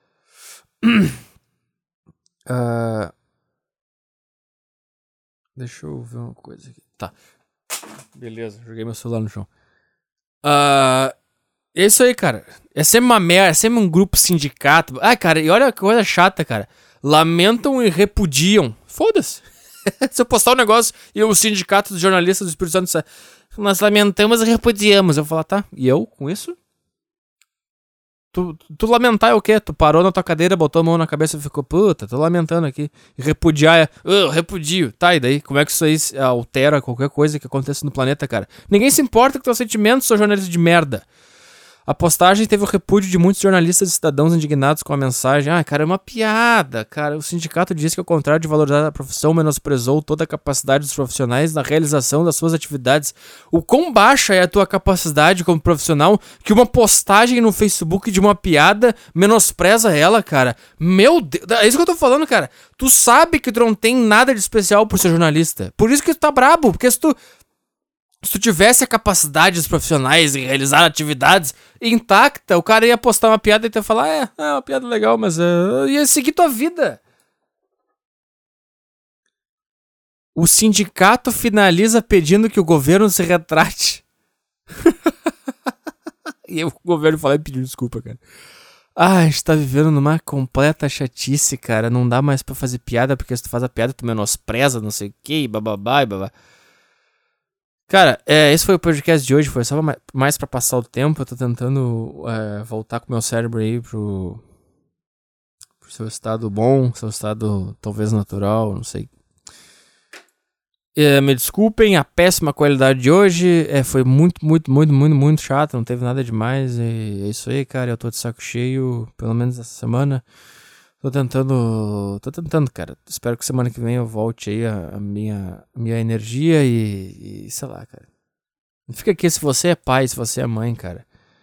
blá. Deixa eu ver uma coisa aqui. Tá. Beleza, joguei meu celular no chão. É isso aí, cara. É sempre uma merda, é sempre um grupo sindicato. Cara, e olha que coisa chata, cara. Lamentam e repudiam. Foda-se. Se eu postar um negócio e o sindicato dos jornalistas do Espírito Santo disser, nós lamentamos e repudiamos. Eu vou falar, tá, e eu com isso? Tu lamentar é o quê? Tu parou na tua cadeira, botou a mão na cabeça e ficou, puta, tô lamentando aqui. E repudiar é, repudio. Tá, e daí? Como é que isso aí altera qualquer coisa que aconteça no planeta, cara? Ninguém se importa com teus sentimentos, seu jornalista de merda. A postagem teve o repúdio de muitos jornalistas e cidadãos indignados com a mensagem. Cara, é uma piada, cara. O sindicato disse que, ao contrário de valorizar a profissão, menosprezou toda a capacidade dos profissionais na realização das suas atividades. O quão baixa é a tua capacidade como profissional que uma postagem no Facebook de uma piada menospreza ela, cara? Meu Deus, é isso que eu tô falando, cara. Tu sabe que tu não tem nada de especial por ser jornalista. Por isso que tu tá brabo, porque se tu... Se tu tivesse a capacidade dos profissionais em realizar atividades intacta, o cara ia postar uma piada e tu ia falar, é uma piada legal, mas ia seguir tua vida. O sindicato finaliza pedindo que o governo se retrate. E o governo fala e pediu desculpa, cara. A gente tá vivendo numa completa chatice, cara. Não dá mais pra fazer piada, porque se tu faz a piada, tu menospreza, não sei o que, e bababá, e babá. Cara, esse foi o podcast de hoje. Foi só mais pra passar o tempo. Eu tô tentando voltar com o meu cérebro aí pro seu estado bom, seu estado talvez natural, não sei. Me desculpem a péssima qualidade de hoje. Foi muito chato. Não teve nada demais. E é isso aí, cara. Eu tô de saco cheio, pelo menos essa semana. Tô tentando, cara. Espero que semana que vem eu volte aí a minha energia e sei lá, cara. Fica aqui se você é pai, se você é mãe, cara.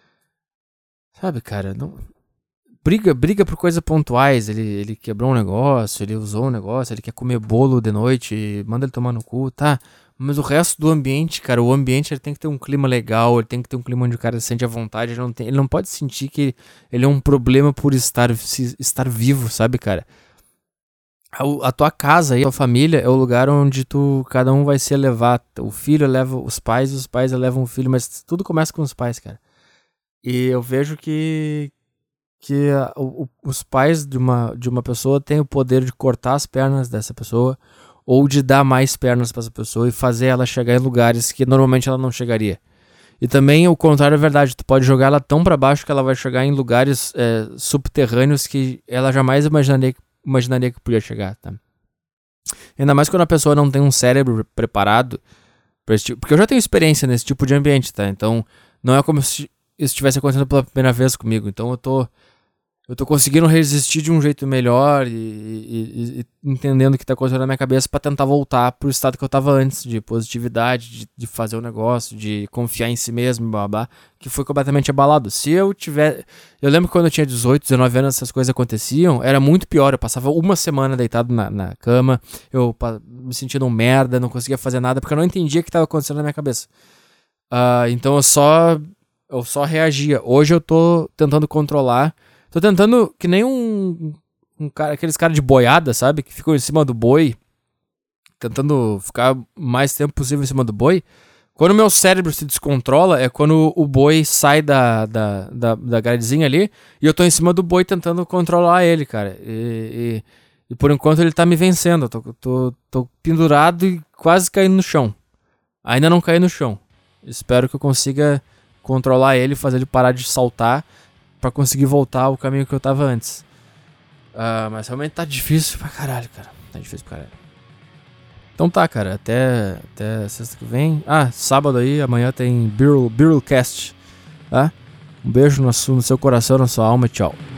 Sabe, cara, não... Briga por coisas pontuais. Ele quebrou um negócio, ele usou um negócio, ele quer comer bolo de noite, manda ele tomar no cu, tá? Mas o resto do ambiente, cara, o ambiente ele tem que ter um clima legal, ele tem que ter um clima onde o cara se sente à vontade, ele não pode sentir que ele é um problema por estar vivo, sabe, cara? A tua casa e a tua família é o lugar onde cada um vai se elevar. O filho eleva os pais elevam o filho, mas tudo começa com os pais, cara. E eu vejo que os pais de uma pessoa têm o poder de cortar as pernas dessa pessoa ou de dar mais pernas para essa pessoa e fazer ela chegar em lugares que normalmente ela não chegaria. E também o contrário é verdade, tu pode jogar ela tão para baixo que ela vai chegar em lugares subterrâneos que ela jamais imaginaria que podia chegar, tá? Ainda mais quando a pessoa não tem um cérebro preparado pra esse tipo, porque eu já tenho experiência nesse tipo de ambiente, tá? Então não é como se isso estivesse acontecendo pela primeira vez comigo. Então eu tô conseguindo resistir de um jeito melhor e entendendo o que tá acontecendo na minha cabeça pra tentar voltar pro estado que eu tava antes, de positividade, de fazer o negócio, de confiar em si mesmo, blá, que foi completamente abalado. Eu lembro que quando eu tinha 18, 19 anos, essas coisas aconteciam, era muito pior. Eu passava uma semana deitado na cama, eu me sentindo um merda, não conseguia fazer nada, porque eu não entendia o que tava acontecendo na minha cabeça. Então eu só reagia. Hoje eu tô tentando controlar. Tô tentando, que nem um cara, aqueles caras de boiada, sabe? Que ficam em cima do boi. Tentando ficar o mais tempo possível em cima do boi. Quando o meu cérebro se descontrola, é quando o boi sai da gradezinha ali. E eu tô em cima do boi tentando controlar ele, cara. E por enquanto ele tá me vencendo. Eu tô pendurado e quase caindo no chão. Ainda não caí no chão. Espero que eu consiga controlar ele, fazer ele parar de saltar pra conseguir voltar ao caminho que eu tava antes. Mas realmente tá difícil pra caralho, cara. Tá difícil pra caralho. Então tá, cara. Até sexta que vem. Sábado aí, amanhã tem Birulcast. Tá? Um beijo no seu coração, na sua alma e tchau.